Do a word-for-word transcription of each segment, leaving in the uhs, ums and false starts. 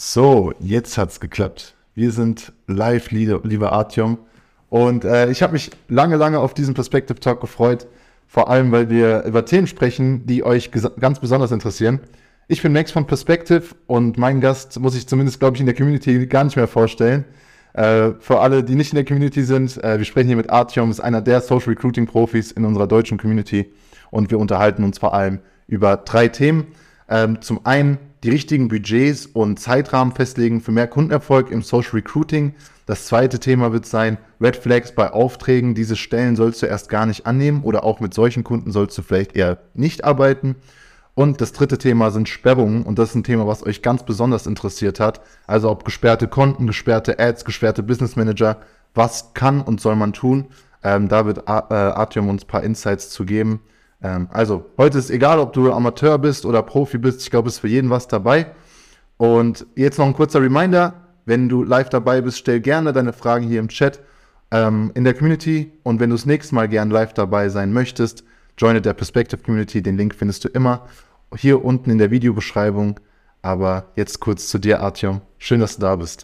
So, jetzt hat's geklappt. Wir sind live, liebe, lieber Artyom. Und äh, ich habe mich lange, lange auf diesen Perspective Talk gefreut. Vor allem, weil wir über Themen sprechen, die euch ganz besonders interessieren. Ich bin Max von Perspective und meinen Gast muss ich zumindest, glaube ich, in der Community gar nicht mehr vorstellen. Äh, für alle, die nicht in der Community sind, äh, wir sprechen hier mit Artyom, ist einer der Social Recruiting Profis in unserer deutschen Community. Und wir unterhalten uns vor allem über drei Themen. Ähm, zum einen die richtigen Budgets und Zeitrahmen festlegen für mehr Kundenerfolg im Social Recruiting. Das zweite Thema wird sein, Red Flags bei Aufträgen. Diese Stellen sollst du erst gar nicht annehmen oder auch mit solchen Kunden sollst du vielleicht eher nicht arbeiten. Und das dritte Thema sind Sperrungen und das ist ein Thema, was euch ganz besonders interessiert hat. Also ob gesperrte Konten, gesperrte Ads, gesperrte Business Manager, was kann und soll man tun? Ähm, da wird Ar- äh, Artyom uns ein paar Insights zu geben. Ähm, also heute ist egal, ob du Amateur bist oder Profi bist, ich glaube, es ist für jeden was dabei. Und jetzt noch ein kurzer Reminder, wenn du live dabei bist, stell gerne deine Fragen hier im Chat ähm, in der Community und wenn du das nächste Mal gern live dabei sein möchtest, joine der Perspective Community, den Link findest du immer hier unten in der Videobeschreibung. Aber jetzt kurz zu dir, Artyom. Schön, dass du da bist.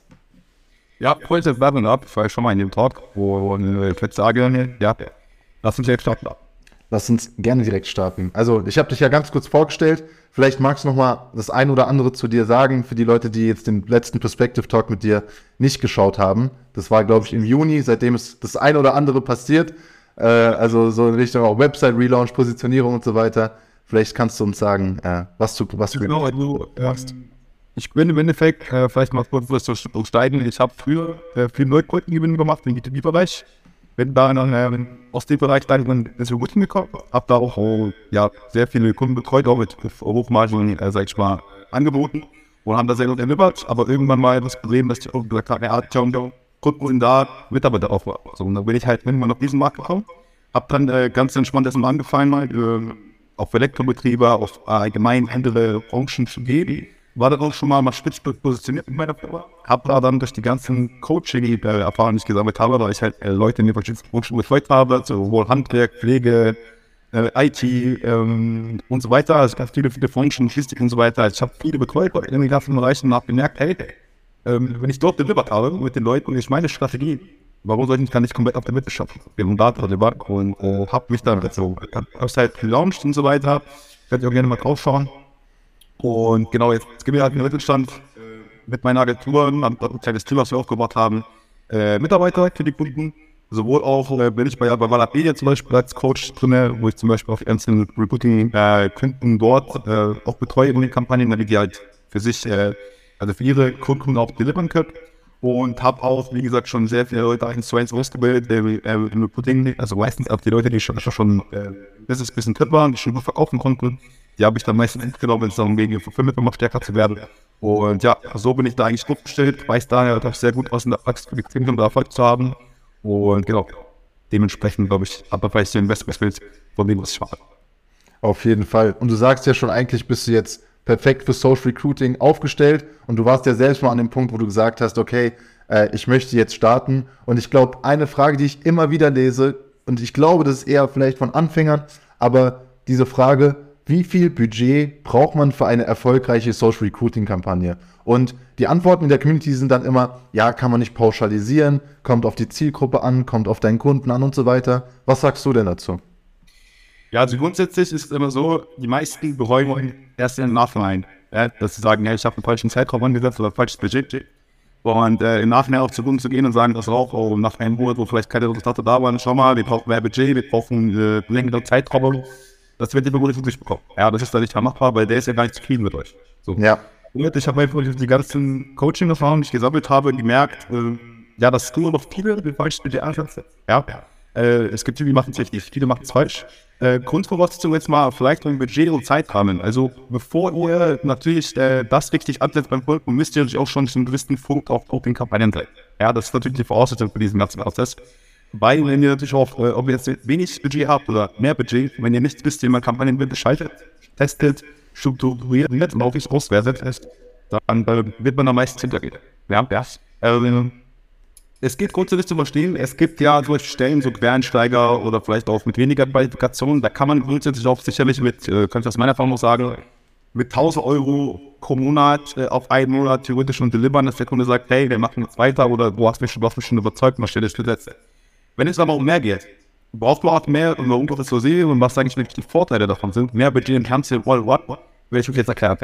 Ja, heute werden ab, ich war schon mal in dem Talk, wo ich würde sagen, ja, lass uns jetzt starten. Lass uns gerne direkt starten. Also, ich habe dich ja ganz kurz vorgestellt. Vielleicht magst du noch mal das ein oder andere zu dir sagen, für die Leute, die jetzt den letzten Perspective Talk mit dir nicht geschaut haben. Das war, glaube ich, im Juni, seitdem ist das ein oder andere passiert. Äh, also so in Richtung auch Website-Relaunch, Positionierung und so weiter. Vielleicht kannst du uns sagen, äh, was du was du genau, also, machst. Ich bin im Endeffekt, äh, vielleicht mal kurz steigen. Ich habe früher äh, viel Neukundengewinnung gemacht im B zwei B-Bereich. Bin da in, äh, aus dem Bereich dann in das Recruiting gekommen, habe da auch äh, ja, sehr viele Kunden betreut, auch mit hochmargigen, äh, sag ich mal, angeboten und haben da sehr gut delivered, aber irgendwann mal das Problem, dass die auch gesagt haben, ja, Kunden sind da, Mitarbeiter aufbauen. So, und dann bin ich halt irgendwann auf diesen Markt gekommen, habe dann äh, ganz entspannt erstmal angefangen, mal, äh, auf Elektrobetriebe, auf äh, allgemein andere Branchen zu gehen. War dann auch schon mal mal spitz positioniert mit meiner Firma. Hab da dann durch die ganzen Coaching-Erfahrungen, die ich gesammelt habe, weil ich halt äh, Leute in den verschiedenen Branchen betreut habe, sowohl Handwerk, Pflege, äh, I T ähm, und so weiter. Also ganz viele, viele Branchen, Logistik und so weiter. Also ich habe viele betreut in den ganzen Bereichen und habe gemerkt, hey, ähm, wenn ich dort delivered habe mit den Leuten und ich meine Strategie, warum soll ich nicht, kann ich komplett auf der Mitte schaffen? Wir haben da delivered und äh, habe mich dann so, hab's halt gelauncht und so weiter. Könnt ihr auch gerne mal drauf schauen. Und genau, jetzt, jetzt gehen wir halt in den Mittelstand äh, mit meiner Agentur, ein kleines Team, was wir aufgebaut haben, äh, Mitarbeiter für die Kunden. Sowohl auch äh, bin ich bei, bei Valapedia zum Beispiel als Coach drin, wo ich zum Beispiel auf einzelnen Recruiting-Kunden äh, dort äh, auch betreue in den Kampagnen, damit die halt für sich, äh, also für ihre Kunden auch delivern können. Und habe auch, wie gesagt, schon sehr viele Leute eins zu eins ausgebildet äh, im Recruiting, also meistens auch die Leute, die schon, schon äh, Business ein bisschen drin waren, die schon gut verkaufen konnten. Die habe ich dann meistens mitgenommen, wenn es darum ging, für Firmen immer stärker zu werden. Und ja, so bin ich da eigentlich aufgestellt, weiß daher auch sehr gut aus in der Praxis für die Kunden, um da Erfolg zu haben. Und genau, dementsprechend, glaube ich, habe ich vielleicht so ein besseres Bild von dem, was ich mache. Auf jeden Fall. Und du sagst ja schon, eigentlich bist du jetzt perfekt für Social Recruiting aufgestellt. Und du warst ja selbst mal an dem Punkt, wo du gesagt hast, okay, äh, ich möchte jetzt starten. Und ich glaube, eine Frage, die ich immer wieder lese, und ich glaube, das ist eher vielleicht von Anfängern, aber diese Frage, wie viel Budget braucht man für eine erfolgreiche Social Recruiting Kampagne? Und die Antworten in der Community sind dann immer, ja, kann man nicht pauschalisieren, kommt auf die Zielgruppe an, kommt auf deinen Kunden an und so weiter. Was sagst du denn dazu? Ja, also grundsätzlich ist es immer so, die meisten bereuen erst im Nachhinein, ja, dass sie sagen, ja, ich habe einen falschen Zeitraum angesetzt oder ein falsches Budget. Und äh, im Nachhinein auch zu Kunden zu gehen und sagen, das auch, oh, nach einem Monat, wo vielleicht keine Resultate da waren, schau mal, wir brauchen mehr Budget, wir brauchen äh, längere Zeitraum. Das wird immer gut durchbekommen. Ja, das ist dann nicht mehr machbar, weil der ist ja gar nicht zufrieden mit euch. So. Ja. Und ich habe einfach die ganzen Coaching-Erfahrungen, die ich gesammelt habe, gemerkt, äh, ja, dass du noch viele falsch mit dir ansetzt. Ja. Äh, es gibt viele, die machen es richtig, viele machen es falsch. Äh, Grundvoraussetzung jetzt mal vielleicht ein Budget und Zeitrahmen. Also bevor ihr natürlich äh, das richtig ansetzt beim Kunden, müsst ihr natürlich auch schon zu einem gewissen Punkt auf Coaching-Kampagnen sein. Ja, das ist natürlich die Voraussetzung für diesen ganzen Prozess. Weil, wenn ihr natürlich auch, äh, ob ihr jetzt wenig Budget habt oder mehr Budget, wenn ihr nicht wisst, wie man Kampagnen beschaltet, testet, strukturiert und auch nicht auswertet, dann äh, wird man am meisten hintergehen. Ja, ja. Ähm, es geht grundsätzlich zu verstehen, es gibt ja solche Stellen, so Quereinsteiger oder vielleicht auch mit weniger Qualifikation, da kann man grundsätzlich auch sicherlich mit, äh, kann ich aus meiner Erfahrung noch sagen, mit tausend Euro pro Monat äh, auf einen Monat theoretisch schon delivern, dass der Kunde sagt, hey, wir machen jetzt weiter oder du hast mich schon, du hast mich schon überzeugt, mal stelle ich gesetzt. Wenn es aber um mehr geht, braucht man auch mehr, und warum das so sehe und was eigentlich wirklich die Vorteile davon sind, mehr Budget im Ganzen, all what, will ich euch jetzt erklären.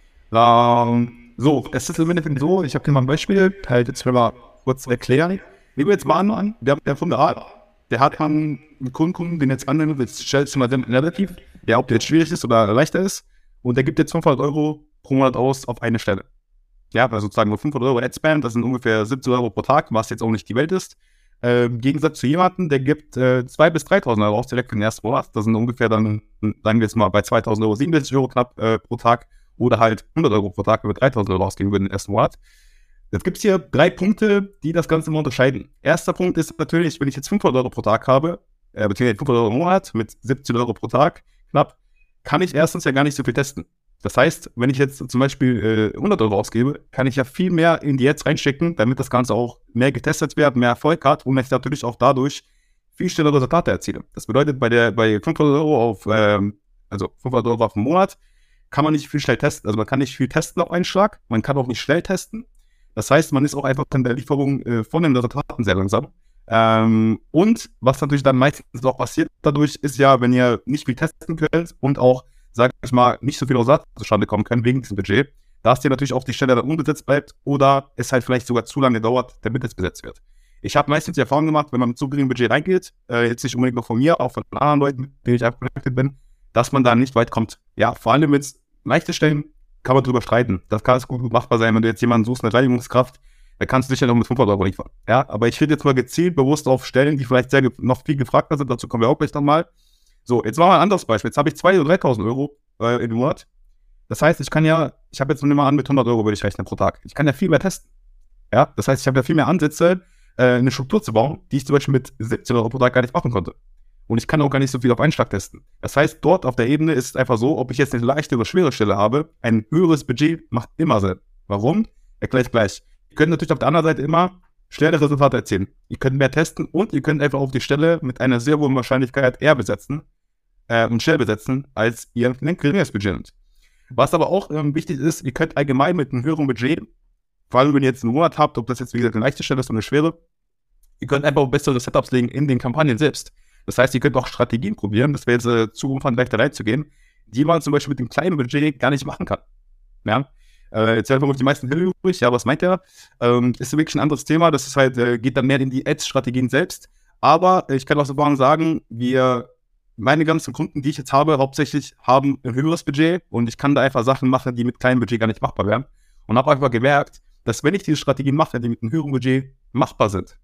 Ähm, so, es ist im Endeffekt so, ich habe dir mal ein Beispiel, halt jetzt mal kurz erklären. Nehmen wir jetzt mal an, der, der Kunde A, der hat einen Kunden, den jetzt annehmen, jetzt stellst du mal den relativ, der ob der jetzt schwierig ist oder leichter ist, und der gibt jetzt fünfhundert Euro pro Monat aus auf eine Stelle. Ja, also sozusagen nur fünfhundert Euro Adspend, das sind ungefähr siebzig Euro pro Tag, was jetzt auch nicht die Welt ist. Äh, Im Gegensatz zu jemandem, der gibt äh, zweitausend bis dreitausend Euro aus direkt für den ersten Monat. Das sind ungefähr dann, sagen wir jetzt mal, bei zweitausend Euro siebenundsechzig Euro knapp äh, pro Tag oder halt hundert Euro pro Tag, wenn wir dreitausend Euro ausgeben würden den ersten Monat. Jetzt gibt es hier drei Punkte, die das Ganze mal unterscheiden. Erster Punkt ist natürlich, wenn ich jetzt fünfhundert Euro pro Tag habe, äh, beziehungsweise fünfhundert Euro im Monat mit siebzig Euro pro Tag knapp, kann ich erstens ja gar nicht so viel testen. Das heißt, wenn ich jetzt zum Beispiel äh, hundert Euro ausgebe, kann ich ja viel mehr in die Ads reinstecken, damit das Ganze auch mehr getestet wird, mehr Erfolg hat und ich natürlich auch dadurch viel schnellere Resultate erziele. Das bedeutet, bei der bei fünfhundert Euro auf, ähm, also fünfhundert Euro auf einen Monat, kann man nicht viel schnell testen. Also man kann nicht viel testen auf einen Schlag, man kann auch nicht schnell testen. Das heißt, man ist auch einfach in der Lieferung äh, von den Resultaten sehr langsam. Ähm, und was natürlich dann meistens auch passiert dadurch, ist ja, wenn ihr nicht viel testen könnt und auch, sag ich mal, nicht so viel Ersatz zustande kommen können wegen diesem Budget, dass dir natürlich auch die Stelle dann unbesetzt bleibt oder es halt vielleicht sogar zu lange dauert, damit es besetzt wird. Ich habe meistens die Erfahrung gemacht, wenn man mit so geringem Budget reingeht, äh, jetzt nicht unbedingt noch von mir, auch von anderen Leuten, mit denen ich einfach connected bin, dass man da nicht weit kommt. Ja, vor allem wenn es leichte Stellen, kann man drüber streiten. Das kann es gut, gut machbar sein, wenn du jetzt jemanden suchst, eine Reinigungskraft, da kannst du sicher noch mit fünfhundert Euro liefern. Ja, aber ich rede jetzt mal gezielt bewusst auf Stellen, die vielleicht sehr noch viel gefragter sind, dazu kommen wir auch gleich nochmal. So, jetzt machen wir ein anderes Beispiel. Jetzt habe ich zweitausend oder dreitausend Euro äh, im Monat. Das heißt, ich kann ja, ich habe jetzt nur mal an, mit hundert Euro würde ich rechnen pro Tag. Ich kann ja viel mehr testen. Ja, das heißt, ich habe ja viel mehr Ansätze, äh, eine Struktur zu bauen, die ich zum Beispiel mit siebzehn Euro pro Tag gar nicht machen konnte. Und ich kann auch gar nicht so viel auf einen Schlag testen. Das heißt, dort auf der Ebene ist es einfach so, ob ich jetzt eine leichte oder schwere Stelle habe, ein höheres Budget macht immer Sinn. Warum? Erkläre ich gleich. Ihr könnt natürlich auf der anderen Seite immer schnellere Resultate erzielen. Ihr könnt mehr testen und ihr könnt einfach auf die Stelle mit einer sehr hohen Wahrscheinlichkeit eher besetzen äh, und schnell besetzen, als ihr ein geringeres Budget nimmt. Was aber auch ähm, wichtig ist, ihr könnt allgemein mit einem höheren Budget, vor allem wenn ihr jetzt einen Monat habt, ob das jetzt wie gesagt eine leichte Stelle ist oder eine schwere, ihr könnt einfach bessere Setups legen in den Kampagnen selbst. Das heißt, ihr könnt auch Strategien probieren, das wäre jetzt äh, zu umfangreich da reinzugehen, die man zum Beispiel mit dem kleinen Budget gar nicht machen kann. Ja? Äh, jetzt werden vermutlich die meisten übrig, ja, was meint ihr? Ähm, ist wirklich ein anderes Thema, das ist halt, äh, geht dann mehr in die Ads-Strategien selbst. Aber äh, ich kann auch so sagen, wir, meine ganzen Kunden, die ich jetzt habe, hauptsächlich haben ein höheres Budget und ich kann da einfach Sachen machen, die mit kleinem Budget gar nicht machbar wären. Und habe einfach gemerkt, dass wenn ich diese Strategien mache, die mit einem höheren Budget machbar sind,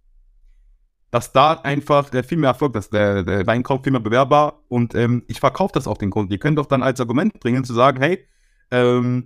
dass da einfach der viel mehr Erfolg, dass der, der reinkommt, viel mehr Bewerber und ähm, ich verkaufe das auf den Kunden. Ihr könnt doch dann als Argument bringen, zu sagen, hey, ähm,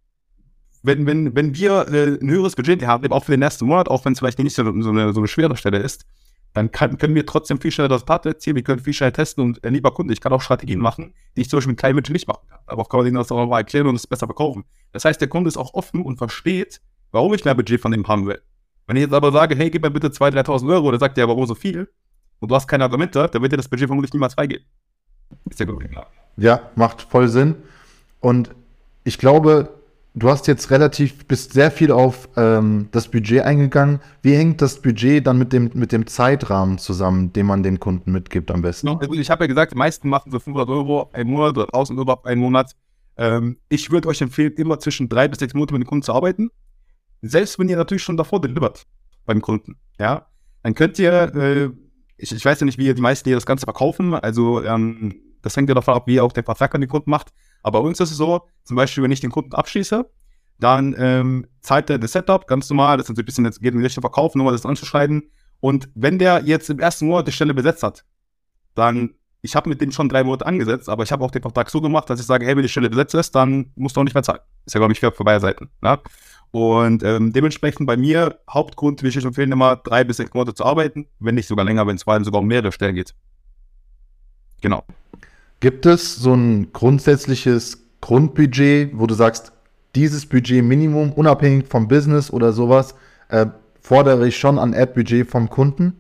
wenn, wenn, wenn wir äh, ein höheres Budget haben, auch für den ersten Monat, auch wenn es vielleicht nicht so, so, eine, so eine schwere Stelle ist, dann kann, können wir trotzdem viel schneller das Part erzielen, wir können viel schneller testen und äh, lieber Kunde, ich kann auch Strategien machen, die ich zum Beispiel mit kleinem Budget nicht machen kann. Aber auch kann man denen das auch mal erklären und es besser verkaufen. Das heißt, der Kunde ist auch offen und versteht, warum ich mehr Budget von dem haben will. Wenn ich jetzt aber sage, hey, gib mir bitte zweitausend, dreitausend Euro, dann sagt der, warum so viel? Und du hast keine Argumente, dann wird dir das Budget vermutlich niemals freigeben. Ist ja gut, klar. Ja, macht voll Sinn. Und ich glaube, du hast jetzt relativ, bist sehr viel auf ähm, das Budget eingegangen. Wie hängt das Budget dann mit dem, mit dem Zeitrahmen zusammen, den man den Kunden mitgibt am besten? Also ich habe ja gesagt, die meisten machen so fünfhundert Euro einen Monat oder tausend Euro einen Monat. Ähm, ich würde euch empfehlen, immer zwischen drei bis sechs Monate mit dem Kunden zu arbeiten. Selbst wenn ihr natürlich schon davor delivert beim Kunden, ja, dann könnt ihr, äh, ich, ich weiß ja nicht, wie ihr die meisten hier das Ganze verkaufen, also ähm, das hängt ja davon ab, wie ihr auch den Vertrag an den Kunden macht, aber bei uns ist es so, zum Beispiel, wenn ich den Kunden abschließe, dann ähm, zahlt er das Setup ganz normal, das ist ein bisschen, jetzt geht in die Richtung Verkauf, nur mal das anzuschneiden und wenn der jetzt im ersten Monat die Stelle besetzt hat, dann, ich habe mit dem schon drei Monate angesetzt, aber ich habe auch den Vertrag so gemacht, dass ich sage, hey, wenn die Stelle besetzt ist, dann musst du auch nicht mehr zahlen. Ist ja, glaube ich, fair für beide Seiten, ja? Und ähm, dementsprechend bei mir, Hauptgrund, will ich euch empfehlen, immer drei bis sechs Monate zu arbeiten, wenn nicht sogar länger, wenn es vor allem sogar um mehrere Stellen geht. Genau. Gibt es so ein grundsätzliches Grundbudget, wo du sagst, dieses Budget Minimum, unabhängig vom Business oder sowas, äh, fordere ich schon an Ad-Budget vom Kunden?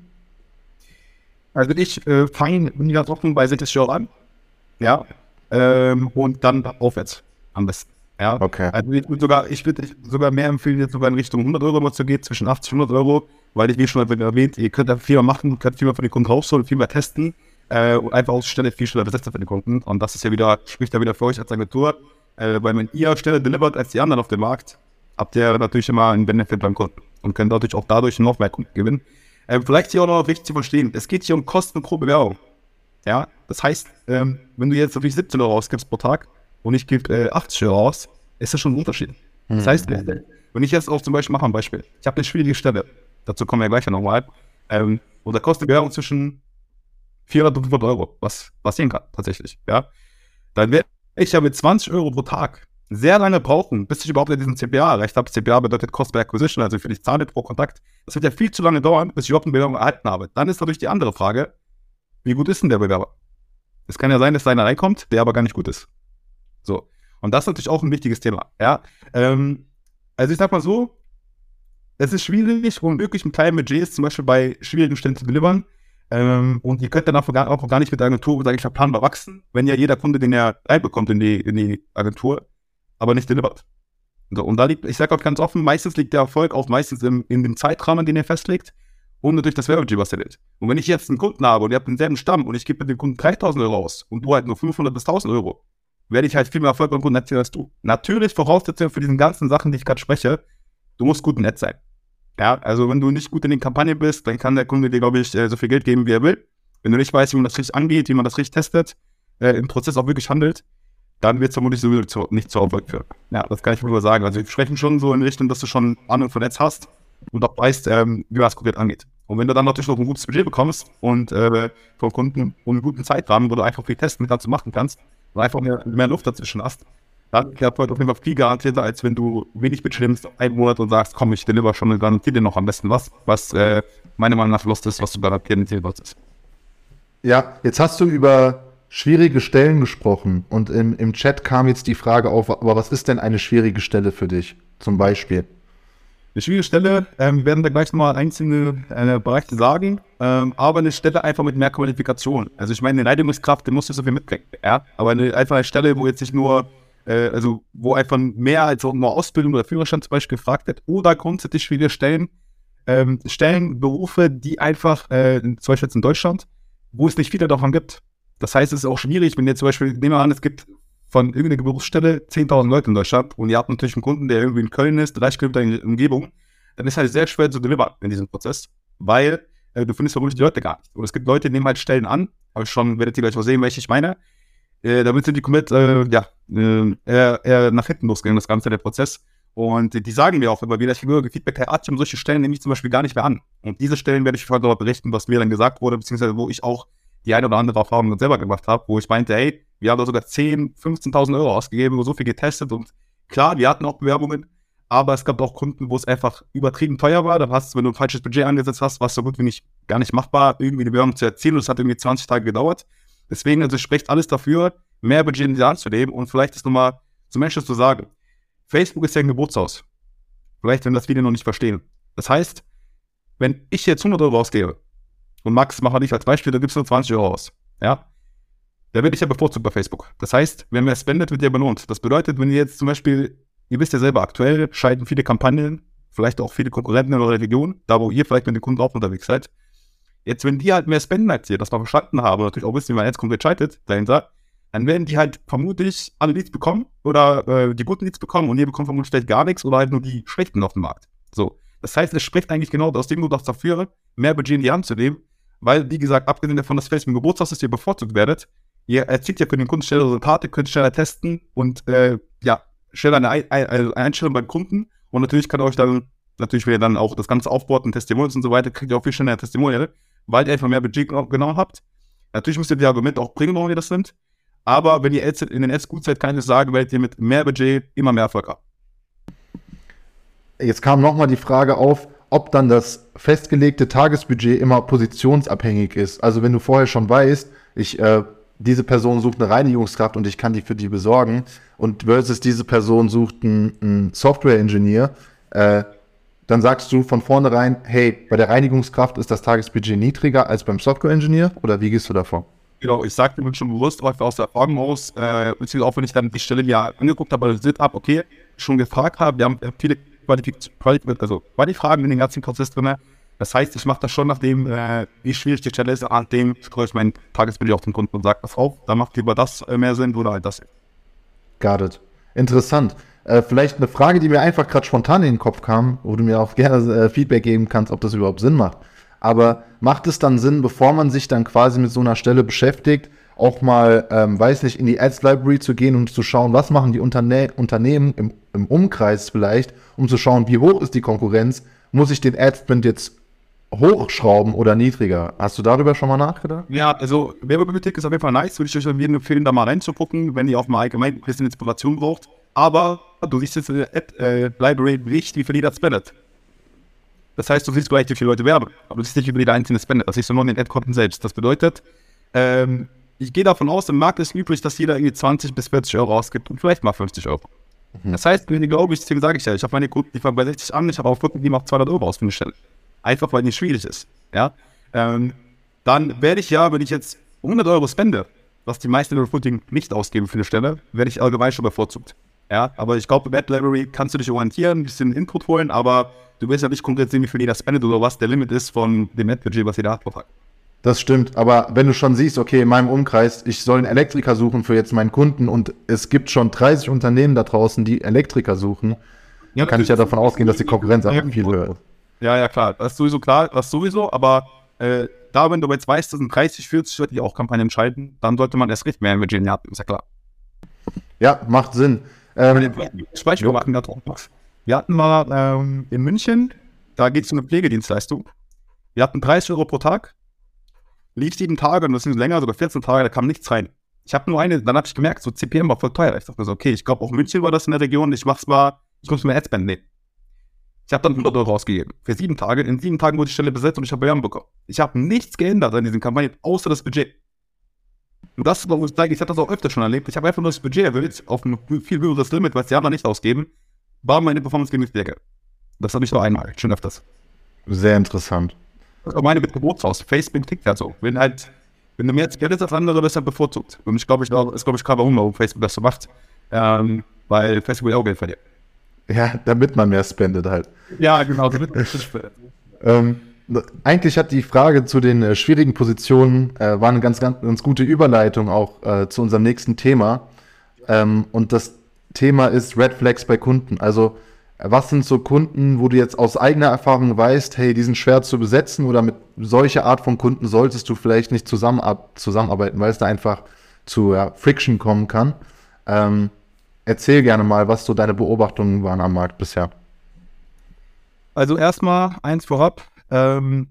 Also ich äh, fange ganz offen bei sechzig Euro an, ja, ähm, und dann aufwärts am besten. Ja, Okay. also ich würde sogar, ich würde sogar mehr empfehlen, jetzt sogar in Richtung hundert Euro mal zu gehen, zwischen achtzig und hundert Euro, weil ich, wie schon erwähnt, ihr könnt da viel mehr machen, könnt viel mehr von den Kunden rausholen, viel mehr testen äh, und einfach aus Stelle viel schneller besetzen für den Kunden. Und das ist ja wieder, spricht ja wieder für euch als Agentur, äh, weil wenn ihr schneller delivert als die anderen auf dem Markt, habt ihr natürlich immer einen Benefit beim Kunden und könnt dadurch auch dadurch noch mehr Kunden gewinnen. Äh, vielleicht hier auch noch wichtig zu verstehen, es geht hier um Kosten pro Bewerbung. Ja, das heißt, ähm, wenn du jetzt natürlich siebzehn Euro ausgibst pro Tag und ich gebe äh, achtzig Euro aus, ist das schon ein Unterschied. Das heißt, wenn ich jetzt auch zum Beispiel mache ein Beispiel, ich habe eine schwierige Stelle, dazu kommen wir ja gleich nochmal, ähm, und da kostet die Bewerbung zwischen vierhundert und fünfhundert Euro, was passieren kann tatsächlich, ja, dann werde ich ja mit zwanzig Euro pro Tag sehr lange brauchen, bis ich überhaupt in diesen C P A erreicht habe. C P A bedeutet Cost per Acquisition, also für die Zahl pro Kontakt. Das wird ja viel zu lange dauern, bis ich überhaupt eine Bewerbung erhalten habe. Dann ist natürlich die andere Frage, wie gut ist denn der Bewerber? Es kann ja sein, dass einer reinkommt, der aber gar nicht gut ist. So. Und das ist natürlich auch ein wichtiges Thema. Ja, ähm, also ich sag mal so, es ist schwierig, um wirklich mit kleinen Budgets zum Beispiel bei schwierigen Stellen zu delivern. Ähm, und ihr könnt dann auch gar, auch gar nicht mit der Agentur, sage ich mal, planbar wachsen, wenn ja jeder Kunde, den er reinbekommt in die, in die Agentur, aber nicht delivert. So, und da liegt, ich sage auch ganz offen, meistens liegt der Erfolg auch meistens im, in dem Zeitrahmen, den ihr festlegt und natürlich das Werbebudget, was ihr nimmt. Und wenn ich jetzt einen Kunden habe und ihr habt denselben Stamm und ich gebe mit dem Kunden dreitausend Euro aus und du halt nur fünfhundert bis tausend Euro, werde ich halt viel mehr Erfolg beim Kunden erzielen als du. Natürlich Voraussetzung für diese ganzen Sachen, die ich gerade spreche, du musst gut im Netz sein. Ja, also wenn du nicht gut in den Kampagnen bist, dann kann der Kunde dir, glaube ich, so viel Geld geben, wie er will. Wenn du nicht weißt, wie man das richtig angeht, wie man das richtig testet, äh, im Prozess auch wirklich handelt, dann wird es vermutlich sowieso zu, nicht zu Erfolg führen. Ja, das kann ich nur sagen. Also wir sprechen schon so in Richtung, dass du schon Ahnung von Netz hast und auch weißt, ähm, wie man es konkret angeht. Und wenn du dann natürlich noch ein gutes Budget bekommst und äh, vom Kunden und einen guten Zeitrahmen, wo du einfach viel testen kannst und machen kannst und einfach mehr, mehr Luft dazwischen hast, dann ist der Erfolg auf jeden Fall viel garantierter, als wenn du wenig Budget nimmst, einen Monat und sagst, komm, ich deliver schon und garantiere dir noch am besten was, was äh, meiner Meinung nach Lost ist, was du garantieren ist. Ja, jetzt hast du über schwierige Stellen gesprochen und im, im Chat kam jetzt die Frage auf, aber was ist denn eine schwierige Stelle für dich, zum Beispiel? Eine schwierige Stelle, ähm, werden da gleich nochmal einzelne äh, Bereiche sagen, ähm, aber eine Stelle einfach mit mehr Qualifikation. Also ich meine, eine Leitungskraft, die musst du so viel mitbringen, ja, aber eine, einfach eine Stelle, wo jetzt nicht nur, äh, also wo einfach mehr als auch nur Ausbildung oder Führerstand zum Beispiel gefragt wird, oder grundsätzlich schwierige Stellen, ähm, Stellen, Berufe, die einfach, äh, zum Beispiel jetzt in Deutschland, wo es nicht viele davon gibt. Das heißt, es ist auch schwierig, wenn ihr zum Beispiel, nehmen wir an, es gibt von irgendeiner Berufsstelle zehntausend Leute in Deutschland und ihr habt natürlich einen Kunden, der irgendwie in Köln ist, dreißig Kilometer in der Umgebung, dann ist halt sehr schwer zu delivern in diesem Prozess, weil äh, du findest vermutlich die Leute gar nicht. Und es gibt Leute, die nehmen halt Stellen an, aber schon werdet ihr gleich mal sehen, welche ich meine. Äh, damit sind die komplett, äh, ja, äh, eher, eher nach hinten losgegangen, das Ganze, der Prozess. Und äh, die sagen mir auch immer wieder, ich kriege Feedback, Herr Artyom, solche Stellen nehme ich zum Beispiel gar nicht mehr an. Und diese Stellen werde ich heute darüber berichten, was mir dann gesagt wurde, beziehungsweise wo ich auch die eine oder andere Erfahrung selber gemacht habe, wo ich meinte, hey, wir haben da sogar zehntausend, fünfzehntausend Euro ausgegeben, wo so viel getestet und klar, wir hatten auch Bewerbungen, aber es gab auch Kunden, wo es einfach übertrieben teuer war. Dann hast du, wenn du ein falsches Budget angesetzt hast, war es so gut wie nicht, gar nicht machbar, irgendwie eine Bewerbung zu erzielen und es hat irgendwie zwanzig Tage gedauert. Deswegen, also spricht alles dafür, mehr Budget in die Hand zu nehmen und vielleicht ist nochmal zum Menschen zu sagen, Facebook ist ja ein Geburtshaus. Vielleicht, wenn das viele noch nicht verstehen. Das heißt, wenn ich jetzt hundert Euro ausgebe und Max, mach mal dich als Beispiel, da gibst du nur zwanzig Euro aus. Ja? Da werde ich ja bevorzugt bei Facebook. Das heißt, wenn wer spendet, wird ja belohnt. Das bedeutet, wenn ihr jetzt zum Beispiel, ihr wisst ja selber, aktuell schalten viele Kampagnen, vielleicht auch viele Konkurrenten in eurer Region, da wo ihr vielleicht mit den Kunden auch unterwegs seid. Jetzt, wenn die halt mehr spenden als ihr, das wir verstanden haben, und natürlich auch wissen, wie man jetzt komplett schaltet dahinter, dann werden die halt vermutlich alle Leads bekommen oder äh, die guten Leads bekommen und ihr bekommt vermutlich vielleicht gar nichts oder halt nur die schlechten auf dem Markt. So. Das heißt, es spricht eigentlich genau aus dem Grund dafür, mehr Budget in die Hand zu nehmen, weil, wie gesagt, abgesehen davon, dass Facebook ein Geburtshaus ist, ihr bevorzugt werdet, ihr erzielt ja für den Kunden schneller Resultate, könnt schneller testen und äh, ja, schneller eine, Ein- eine Einstellung beim Kunden und natürlich kann euch dann, natürlich, wenn ihr dann auch das Ganze aufbaut und Testimonials und so weiter, kriegt ihr auch viel schneller Testimonial, weil ihr einfach mehr Budget genau habt. Natürlich müsst ihr die Argumente auch bringen, warum ihr das nimmt, aber wenn ihr in den Ads gut seid, kann ich sagen, werdet ihr mit mehr Budget immer mehr Erfolg haben. Jetzt kam nochmal die Frage auf, ob dann das festgelegte Tagesbudget immer positionsabhängig ist. Also wenn du vorher schon weißt, ich, äh, diese Person sucht eine Reinigungskraft und ich kann die für die besorgen und versus diese Person sucht einen, einen Software-Engineer, äh, dann sagst du von vornherein, hey, bei der Reinigungskraft ist das Tagesbudget niedriger als beim Software-Engineer oder wie gehst du davor? Genau, ich sagte mir schon bewusst, auch aus der Erfahrung aus, äh, beziehungsweise auch wenn ich dann die Stelle mir angeguckt habe, also Sit-Up, okay, schon gefragt habe, wir haben viele Qualifik- Qualifik- also Quali-Fragen in den ganzen Prozess drin. Das heißt, ich mache das schon nach dem, äh, wie schwierig die Stelle ist, an dem streue ich mein Tagesbudget auf den Kunden und sage das auf, da macht lieber das äh, mehr Sinn oder halt das. Got it. Interessant. Äh, vielleicht eine Frage, die mir einfach gerade spontan in den Kopf kam, wo du mir auch gerne äh, Feedback geben kannst, ob das überhaupt Sinn macht. Aber macht es dann Sinn, bevor man sich dann quasi mit so einer Stelle beschäftigt, auch mal, ähm, weiß nicht, in die Ads Library zu gehen und zu schauen, was machen die Unterne- Unternehmen im, im Umkreis vielleicht, um zu schauen, wie hoch ist die Konkurrenz, muss ich den Ad-Spend jetzt hochschrauben oder niedriger? Hast du darüber schon mal nachgedacht? Ja, also Werbebibliothek ist auf jeden Fall nice, würde ich euch auf jeden Fall empfehlen, da mal reinzugucken, wenn ihr auch mal allgemein ein bisschen Inspiration braucht. Aber du siehst jetzt in der Ad äh, Library nicht, wie viel jeder spendet. Das heißt, du siehst gleich, wie viele Leute werben, aber du siehst nicht, wie viel jeder einzelne spendet. Das siehst du nur in den Ad-Konten selbst. Das bedeutet, ähm, ich gehe davon aus, im Markt ist üblich, dass jeder irgendwie zwanzig bis vierzig Euro ausgibt und vielleicht mal fünfzig Euro. Mhm. Das heißt, wenn ich glaube, ich, deswegen sage ich ja, ich habe meine Kunden, die fangen bei sechzig an, ich habe auch Kunden, die machen zweihundert Euro aus für eine Stelle. Einfach, weil es nicht schwierig ist. Ja? Ähm, dann werde ich ja, wenn ich jetzt hundert Euro spende, was die meisten Recruiting nicht ausgeben für eine Stelle, werde ich allgemein schon bevorzugt. Ja, aber ich glaube, im Ad Library kannst du dich orientieren, ein bisschen Input holen, aber du wirst ja nicht konkret sehen, wie viel jeder spendet oder was der Limit ist von dem Ad-Budget, was jeder hat pro Tag. Das stimmt, aber wenn du schon siehst, okay, in meinem Umkreis, ich soll einen Elektriker suchen für jetzt meinen Kunden und es gibt schon dreißig Unternehmen da draußen, die Elektriker suchen, ja, kann ich ja davon ausgehen, dass die Konkurrenz einfach viel höher ist. Ja, ja, klar, das ist sowieso klar, das sowieso, aber äh, da, wenn du jetzt weißt, das sind dreißig, vierzig Leute, die auch Kampagnen entscheiden, dann sollte man erst recht mehr im Budget haben, ist ja klar. Ja, macht Sinn. Ähm, Beispiel machen da drauf. Wir hatten mal ähm, in München, da geht es um eine Pflegedienstleistung. Wir hatten dreißig Euro pro Tag, lief sieben Tage und das sind länger, sogar vierzehn Tage, da kam nichts rein. Ich habe nur eine, dann habe ich gemerkt, so C P M war voll teuer. Ich dachte mir so, okay, ich glaube auch München war das in der Region, ich mach's mal, ich muss mir Adspend nehmen. Ich habe dann hundert Euro ausgegeben für sieben Tage. In sieben Tagen wurde die Stelle besetzt und ich habe Bewerbung bekommen. Ich habe nichts geändert an diesen Kampagnen, außer das Budget. Und das ist, wo ich sage, ich habe das auch öfter schon erlebt. Ich habe einfach nur das Budget erhöht auf ein viel höheres Limit, was die anderen nicht ausgeben, war meine Performance gegen die Decke. Das habe ich nur einmal, schon öfters. Sehr interessant. Das ist auch meine mit Geburtshaus. Facebook tickt halt so. Wenn halt, wenn du mehr Geld hast als andere, bist du halt bevorzugt. Und ich glaube, ich ist glaube ich klar, warum, warum Facebook das so macht. Ähm, weil Facebook will auch Geld verlieren. Ja, damit man mehr spendet halt. Ja, genau, damit man spendet. ähm, Eigentlich hat die Frage zu den äh, schwierigen Positionen, äh, war eine ganz, ganz, ganz gute Überleitung auch äh, zu unserem nächsten Thema. Ähm, und das Thema ist Red Flags bei Kunden. Also äh, was sind so Kunden, wo du jetzt aus eigener Erfahrung weißt, hey, die sind schwer zu besetzen oder mit solcher Art von Kunden solltest du vielleicht nicht zusammenab- zusammenarbeiten, weil es da einfach zu ja, Friction kommen kann. Ähm, erzähl gerne mal, was so deine Beobachtungen waren am Markt bisher. Also erstmal eins vorab. Ähm,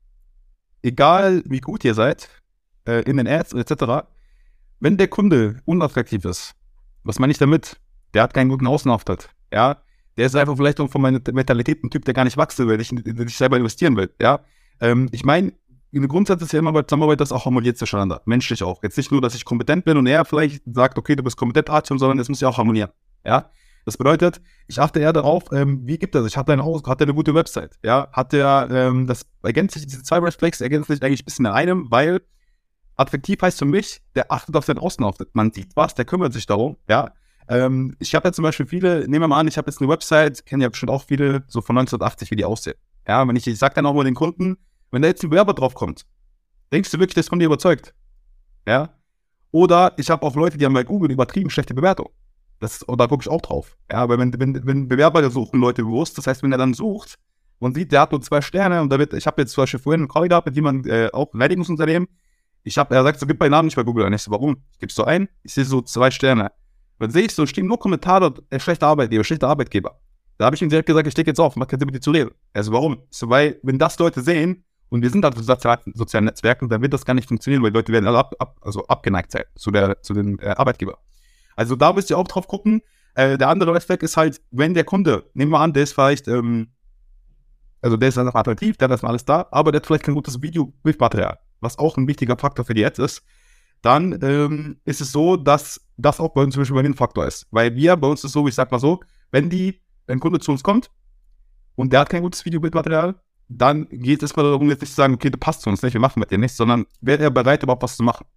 egal wie gut ihr seid, äh, in den Ads et cetera, wenn der Kunde unattraktiv ist, was meine ich damit? Der hat keinen guten Außenauftritt, ja, der ist einfach vielleicht auch von meiner Mentalität ein Typ, der gar nicht wachsen will, der nicht selber investieren will, ja. Ähm, ich meine, in der Grundsatz ist ja immer bei Zusammenarbeit, das auch harmoniert zwischeneinander, menschlich auch. Jetzt nicht nur, dass ich kompetent bin und er vielleicht sagt, okay, du bist kompetent, Artyom, sondern es muss ja auch harmonieren, ja. Das bedeutet, ich achte eher darauf, ähm, wie gibt er sich? Hat er ein Haus? Hat er eine gute Website? Ja, hat er, ähm, das ergänzt sich, diese zwei Red Flags ergänzen sich eigentlich ein bisschen in einem, weil attraktiv heißt für mich, der achtet auf seinen Außenauftritt. Man sieht was, der kümmert sich darum, ja. Ähm, ich habe ja zum Beispiel viele, nehmen wir mal an, ich habe jetzt eine Website, kennen ja bestimmt auch viele, so von neunzehnhundertachtzig, wie die aussehen. Ja, wenn ich, ich sag dann auch mal den Kunden, wenn da jetzt ein Bewerber drauf kommt, denkst du wirklich, das von dir überzeugt? Ja. Oder ich habe auch Leute, die haben bei Google übertrieben schlechte Bewertungen. Das, da gucke ich auch drauf. Ja, aber wenn, wenn, wenn Bewerber suchen Leute bewusst, das heißt, wenn er dann sucht und sieht, der hat nur zwei Sterne und da wird, ich habe jetzt zum Beispiel vorhin einen Call gehabt mit jemandem, äh, auch ein Reinigungsunternehmen. Ich habe, er sagt so, gib meinen Namen nicht bei Google an. Ich so, warum? Ich gebe so ein, ich sehe so zwei Sterne. Dann sehe ich so, stehen nur Kommentare, äh, schlechter Arbeitgeber, schlechter Arbeitgeber. Da habe ich ihm direkt gesagt, ich stecke jetzt auf, mach keinen Sinn mit dir zu reden. Also warum? Ich so, weil, wenn das Leute sehen und wir sind halt sozialen, sozialen Netzwerken, dann wird das gar nicht funktionieren, weil die Leute werden alle ab, ab, also abgeneigt sein zu, der, zu den äh, Arbeitgeber. Also da müsst ihr auch drauf gucken. Äh, der andere Aspekt ist halt, wenn der Kunde, nehmen wir an, der ist vielleicht, ähm, also der ist einfach attraktiv, der hat das mal alles da, aber der hat vielleicht kein gutes Video-Bildmaterial, was auch ein wichtiger Faktor für die Ads ist, dann ähm, ist es so, dass das auch bei uns zum Beispiel ein Faktor ist. Weil wir, bei uns ist es so, ich sag mal so, wenn die, wenn ein Kunde zu uns kommt und der hat kein gutes Video-Bildmaterial, dann geht es mal darum, jetzt nicht zu sagen, okay, du passt zu uns nicht, wir machen mit dir nichts, sondern wäre er bereit, überhaupt was zu machen.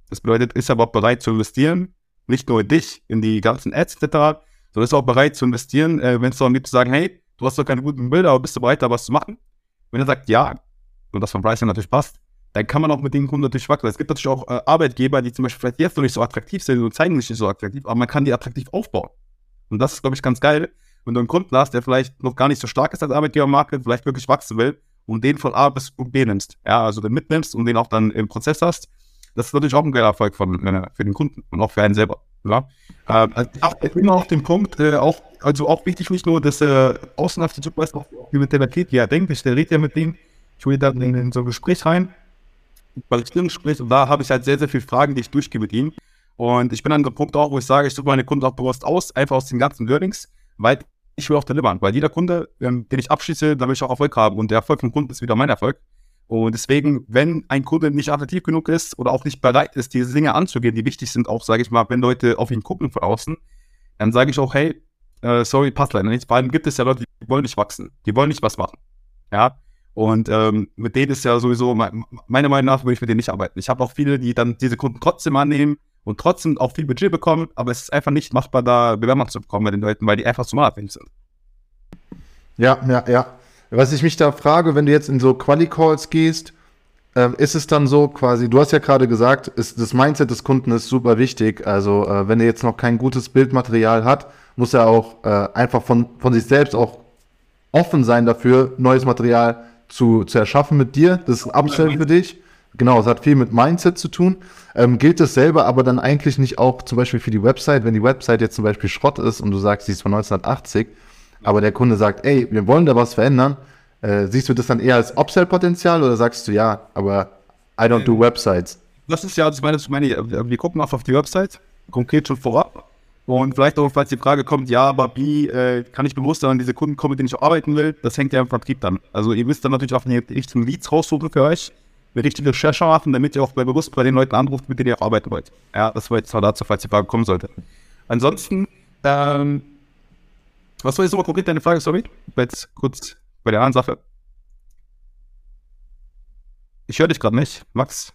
Das bedeutet, ist er überhaupt bereit zu investieren, nicht nur in dich, in die ganzen Ads et cetera, sondern ist er auch bereit zu investieren, äh, wenn es darum geht zu sagen, hey, du hast doch keine guten Bilder, aber bist du bereit, da was zu machen? Wenn er sagt, ja, und das vom Pricing natürlich passt, dann kann man auch mit den Kunden natürlich wachsen. Es gibt natürlich auch äh, Arbeitgeber, die zum Beispiel vielleicht jetzt noch nicht so attraktiv sind und zeigen sich nicht so attraktiv, aber man kann die attraktiv aufbauen. Und das ist, glaube ich, ganz geil, wenn du einen Kunden hast, der vielleicht noch gar nicht so stark ist als Arbeitgebermarke, vielleicht wirklich wachsen will und den von A bis B nimmst. Ja, also den mitnimmst und den auch dann im Prozess hast. Das ist natürlich auch ein geiler Erfolg von, äh, für den Kunden und auch für einen selber. Ja? Äh, also ich bin auch den Punkt, äh, auch, also auch wichtig nicht nur, dass äh, außenhaft die weiß auch, wie mit der Mentalität, wie er denkt, ich redet ja mit denen, ich hole dann in, in so ein Gespräch rein, weil ich ein Gespräch und da habe ich halt sehr, sehr viele Fragen, die ich durchgehe mit ihm. Und ich bin an einem Punkt auch, wo ich sage, ich suche meine Kunden auch bewusst aus, einfach aus den ganzen Learnings, weil ich will auch delivern, weil jeder Kunde, ähm, den ich abschließe, da will ich auch Erfolg haben und der Erfolg vom Kunden ist wieder mein Erfolg. Und deswegen, wenn ein Kunde nicht attraktiv genug ist oder auch nicht bereit ist, diese Dinge anzugehen, die wichtig sind, auch, sage ich mal, wenn Leute auf ihn gucken von außen, dann sage ich auch, hey, äh, sorry, passt leider nicht. Vor allem gibt es ja Leute, die wollen nicht wachsen, die wollen nicht was machen. Ja, und ähm, mit denen ist ja sowieso, me- meiner Meinung nach, würde ich mit denen nicht arbeiten. Ich habe auch viele, die dann diese Kunden trotzdem annehmen und trotzdem auch viel Budget bekommen, aber es ist einfach nicht machbar, da Bewerbung zu bekommen bei den Leuten, weil die einfach zu unabhängig sind. Ja, ja, ja. Was ich mich da frage, wenn du jetzt in so Quali-Calls gehst, ähm, ist es dann so quasi, du hast ja gerade gesagt, ist, das Mindset des Kunden ist super wichtig. Also äh, wenn er jetzt noch kein gutes Bildmaterial hat, muss er auch äh, einfach von, von sich selbst auch offen sein dafür, neues Material zu, zu erschaffen mit dir. Das ist ein Upsell für dich. Genau, es hat viel mit Mindset zu tun. Ähm, gilt das selber aber dann eigentlich nicht auch zum Beispiel für die Website, wenn die Website jetzt zum Beispiel Schrott ist und du sagst, sie ist von neunzehnhundertachtzig, aber der Kunde sagt, ey, wir wollen da was verändern, äh, siehst du das dann eher als Upsell-Potenzial oder sagst du, ja, aber I don't do Websites? Das ist ja, also ich meine, ich meine, wir gucken auch auf die Website, konkret schon vorab. Und vielleicht auch, falls die Frage kommt, ja, aber wie äh, kann ich bewusst an diese Kunden kommen, mit denen ich auch arbeiten will, das hängt ja im Vertrieb dann. Also ihr müsst dann natürlich auch die richtigen Leads raussuchen für euch, eine richtige Recherche machen, damit ihr auch bei bewusst bei den Leuten anruft, mit denen ihr auch arbeiten wollt. Ja, das war jetzt zwar dazu, falls die Frage kommen sollte. Ansonsten, ähm, was war jetzt nochmal konkret deine Frage, sorry? Ich war jetzt kurz bei der anderen Sache. Ich höre dich gerade nicht, Max.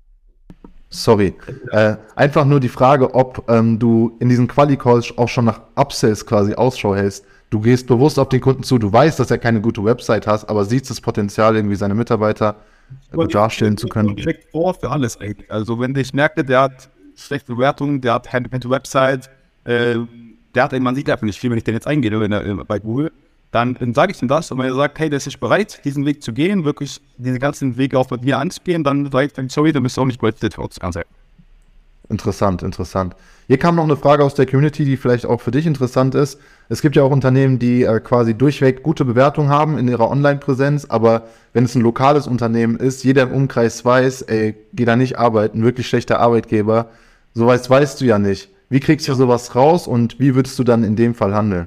Sorry. Äh, einfach nur die Frage, ob ähm, du in diesen Quali-Calls auch schon nach Upsells quasi Ausschau hältst. Du gehst bewusst auf den Kunden zu, du weißt, dass er keine gute Website hat, aber siehst das Potenzial, irgendwie seine Mitarbeiter äh, darstellen zu können. Direkt vor für alles eigentlich. Also wenn ich merke, der hat schlechte Bewertungen, der hat keine Website, äh, der hat, man sieht einfach nicht viel, wenn ich den jetzt eingebe wenn er, bei Google, dann, dann sage ich ihm das und wenn er sagt, hey, der ist nicht bereit, diesen Weg zu gehen, wirklich diese ganzen Wege auch mit mir anzugehen, dann sage ich dann, sorry, dann bist du auch nicht bereit für uns. Interessant, interessant. Hier kam noch eine Frage aus der Community, die vielleicht auch für dich interessant ist. Es gibt ja auch Unternehmen, die äh, quasi durchweg gute Bewertungen haben in ihrer Online-Präsenz, aber wenn es ein lokales Unternehmen ist, jeder im Umkreis weiß, ey, geh da nicht arbeiten, wirklich schlechter Arbeitgeber. Sowas weißt du ja nicht. Wie kriegst du sowas raus und wie würdest du dann in dem Fall handeln?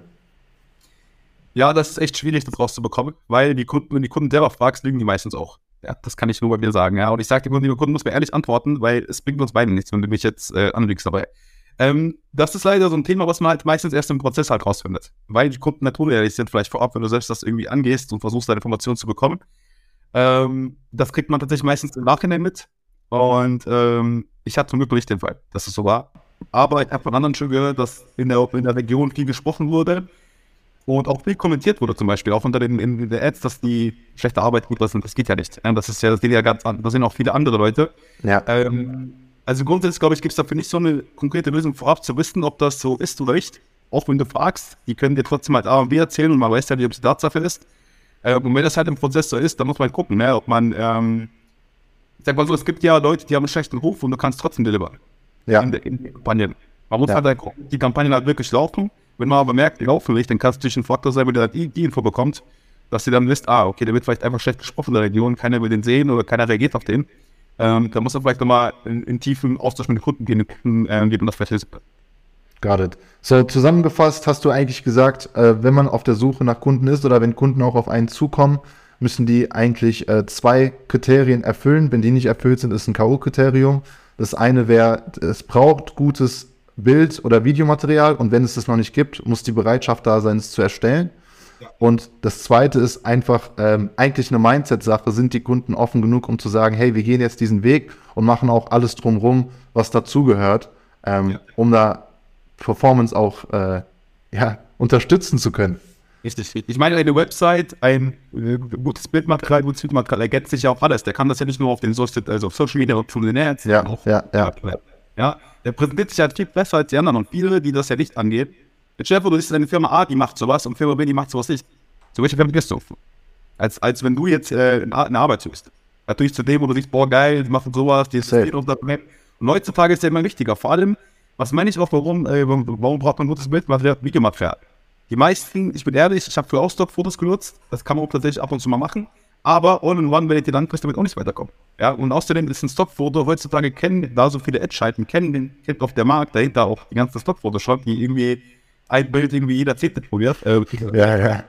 Ja, das ist echt schwierig, das rauszubekommen, weil die Kunden, wenn die Kunden selber fragst, lügen die meistens auch. Ja, das kann ich nur bei mir sagen. Ja, und ich sage den Kunden, lieber Kunden, muss mir ehrlich antworten, weil es bringt uns beiden nichts, wenn du mich jetzt äh, anlügst dabei. Ähm, das ist leider so ein Thema, was man halt meistens erst im Prozess halt rausfindet, weil die Kunden nicht unehrlich sind, vielleicht vorab, wenn du selbst das irgendwie angehst und versuchst, deine Informationen zu bekommen. Ähm, das kriegt man tatsächlich meistens im Nachhinein mit und ähm, ich hatte zum Glück nicht den Fall, dass es so war. Aber ich habe von anderen schon gehört, dass in der, in der Region viel gesprochen wurde und auch viel kommentiert wurde, zum Beispiel, auch unter den in der Ads, dass die schlechte Arbeitgeber sind. Das geht ja nicht. Das ist ja, das geht ja ganz anders. Da sind auch viele andere Leute. Ja. Ähm, also grundsätzlich, glaube ich, gibt es dafür nicht so eine konkrete Lösung vorab zu wissen, ob das so ist oder nicht. Auch wenn du fragst, die können dir trotzdem halt A und B erzählen und man weiß ja nicht, ob es die Tatsache ist. Ähm, und wenn das halt im Prozess so ist, dann muss man gucken, ne, ob man, ähm, ich sag mal so, es gibt ja Leute, die haben einen schlechten Ruf und du kannst trotzdem delivern. Ja. In, in den Kampagnen. Man muss Ja. halt gucken, die Kampagnen halt wirklich laufen. Wenn man aber merkt, die laufen nicht, dann kann es natürlich ein Faktor sein, wenn ihr halt die, die Info bekommt, dass ihr dann wisst, ah, okay, der wird vielleicht einfach schlecht gesprochen in der Region, keiner will den sehen oder keiner reagiert auf den. Ähm, da muss man vielleicht nochmal in, in tiefen Austausch mit den Kunden gehen, äh, geben das vielleicht hilft. Got it. So, zusammengefasst hast du eigentlich gesagt, äh, wenn man auf der Suche nach Kunden ist oder wenn Kunden auch auf einen zukommen, müssen die eigentlich äh, zwei Kriterien erfüllen. Wenn die nicht erfüllt sind, ist ein K O-Kriterium. Das eine wäre, es braucht gutes Bild- oder Videomaterial und wenn es das noch nicht gibt, muss die Bereitschaft da sein, es zu erstellen. Ja. Und das zweite ist einfach ähm, eigentlich eine Mindset-Sache. Sind die Kunden offen genug, um zu sagen, hey, wir gehen jetzt diesen Weg und machen auch alles drumherum, was dazugehört, ähm, Ja. um da Performance auch äh, ja, unterstützen zu können. Richtig, richtig. Ich meine, eine Website, ein äh, gutes Bildmaterial, gutes Bildmaterial ergänzt sich ja auch alles. Der kann das ja nicht nur auf den Social, also auf Social Media und den Ads, Ja, auch ja, ja. ja. Der präsentiert sich halt viel besser als die anderen und viele, die das ja nicht angehen. Jetzt stell dir vor, du siehst eine Firma A, die macht sowas und Firma B, die macht sowas nicht. Zu welcher Firma gehst du? Als, als wenn du jetzt äh, eine Arbeit suchst. Natürlich zu dem, wo du siehst, boah, geil, die machen sowas, die ist Safe. und und heutzutage ist ja immer wichtiger. Vor allem, was meine ich auch, warum, äh, warum, warum braucht man gutes Bildmaterial, Videomaterial? Die meisten, ich bin ehrlich, ich habe für Ausdruckfotos genutzt, das kann man auch tatsächlich ab und zu mal machen, aber all in one, wenn ich dir dann kriegst, damit auch nicht weiterkommen. Ja, und außerdem ist ein Stockfoto, heutzutage kennen da so viele Ad-Schalten, kennen den, kennt auf der Markt, dahinter auch die ganzen Stockfotos schon, die irgendwie ein Bild irgendwie jeder Zehnte probiert. Äh, Ja, ja.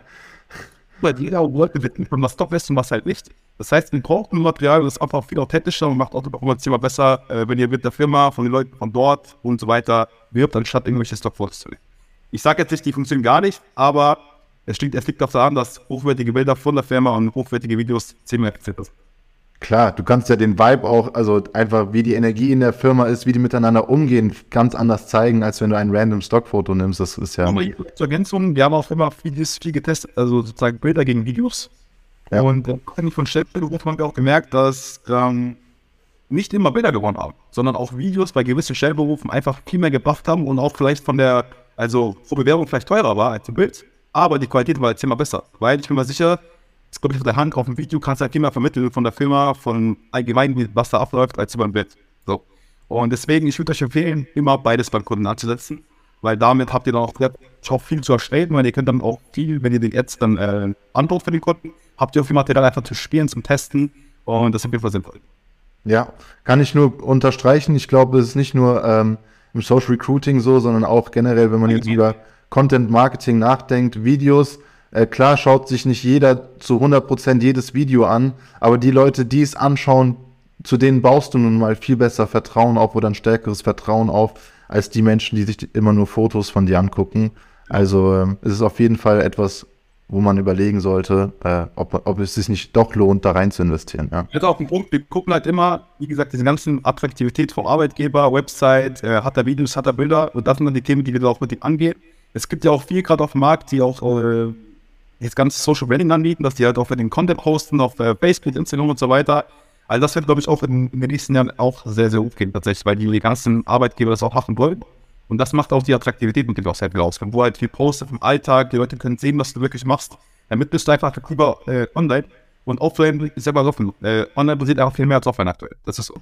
Weil jeder Leute wissen, von was Stock ist und was halt nicht. Das heißt, wir brauchen ein Material, das ist einfach viel authentischer und macht auch die Performance immer besser, äh, wenn ihr mit der Firma, von den Leuten von dort und so weiter wirbt, anstatt irgendwelche Stockfotos zu nehmen. Ich sage jetzt nicht, die funktionieren gar nicht, aber es liegt, es liegt auf der Hand, dass hochwertige Bilder von der Firma und hochwertige Videos zehnmal effizienter sind. Klar, du kannst ja den Vibe auch, also einfach wie die Energie in der Firma ist, wie die miteinander umgehen, ganz anders zeigen, als wenn du ein random Stockfoto nimmst. Das ist ja... Aber zur Ergänzung, wir haben auch immer vieles, viel getestet, also sozusagen Bilder gegen Videos. Ja. Und äh, von Stellberufen haben wir auch gemerkt, dass ähm, nicht immer Bilder gewonnen haben, sondern auch Videos bei gewissen Stellberufen einfach viel mehr gebracht haben und auch vielleicht von der, also pro Bewerbung vielleicht teurer war als ein Bild, aber die Qualität war jetzt immer besser. Weil ich bin mir sicher, das glaube ich auf der Hand, auf dem Video kannst du halt viel mehr vermitteln von der Firma, von allgemein, wie- was da abläuft, als über ein Bild. So. Und deswegen, ich würde euch empfehlen, immer beides beim Kunden anzusetzen, weil damit habt ihr dann auch, ihr habt auch viel zu erstellen, weil ihr könnt dann auch viel, wenn ihr den Ads dann äh, antwortet für den Kunden, habt ihr auch viel Material einfach zu spielen, zum Testen und das ist auf jeden Fall sinnvoll. Ja, kann ich nur unterstreichen. Ich glaube, es ist nicht nur ähm, im Social Recruiting so, sondern auch generell, wenn man jetzt über Content Marketing nachdenkt, Videos. Äh, klar schaut sich nicht jeder zu hundert Prozent jedes Video an, aber die Leute, die es anschauen, zu denen baust du nun mal viel besser Vertrauen auf oder ein stärkeres Vertrauen auf, als die Menschen, die sich immer nur Fotos von dir angucken. Also ähm, es ist auf jeden Fall etwas, wo man überlegen sollte, äh, ob, ob es sich nicht doch lohnt, da rein zu investieren. Ja. Jetzt auch ein Punkt, wir gucken halt immer, wie gesagt, diese ganzen Attraktivität vom Arbeitgeber, Website, äh, hat er Videos, hat er Bilder und das sind dann die Themen, die wir auch mit ihm angehen. Es gibt ja auch viel gerade auf dem Markt, die auch äh, das ganze Social Branding anbieten, dass die halt auch für den Content posten, auf äh, Facebook, Instagram und so weiter. Also das wird, glaube ich, auch in, in den nächsten Jahren auch sehr, sehr hochgehen tatsächlich, weil die, die ganzen Arbeitgeber das auch machen wollen. Und das macht auch die Attraktivität mit dem Website aus. Wenn du halt viel postest im Alltag, die Leute können sehen, was du wirklich machst. Damit bist du einfach attraktiver äh, online. Und offline ist ja mal offen. Äh, online basiert einfach viel mehr als offline aktuell. Das ist so.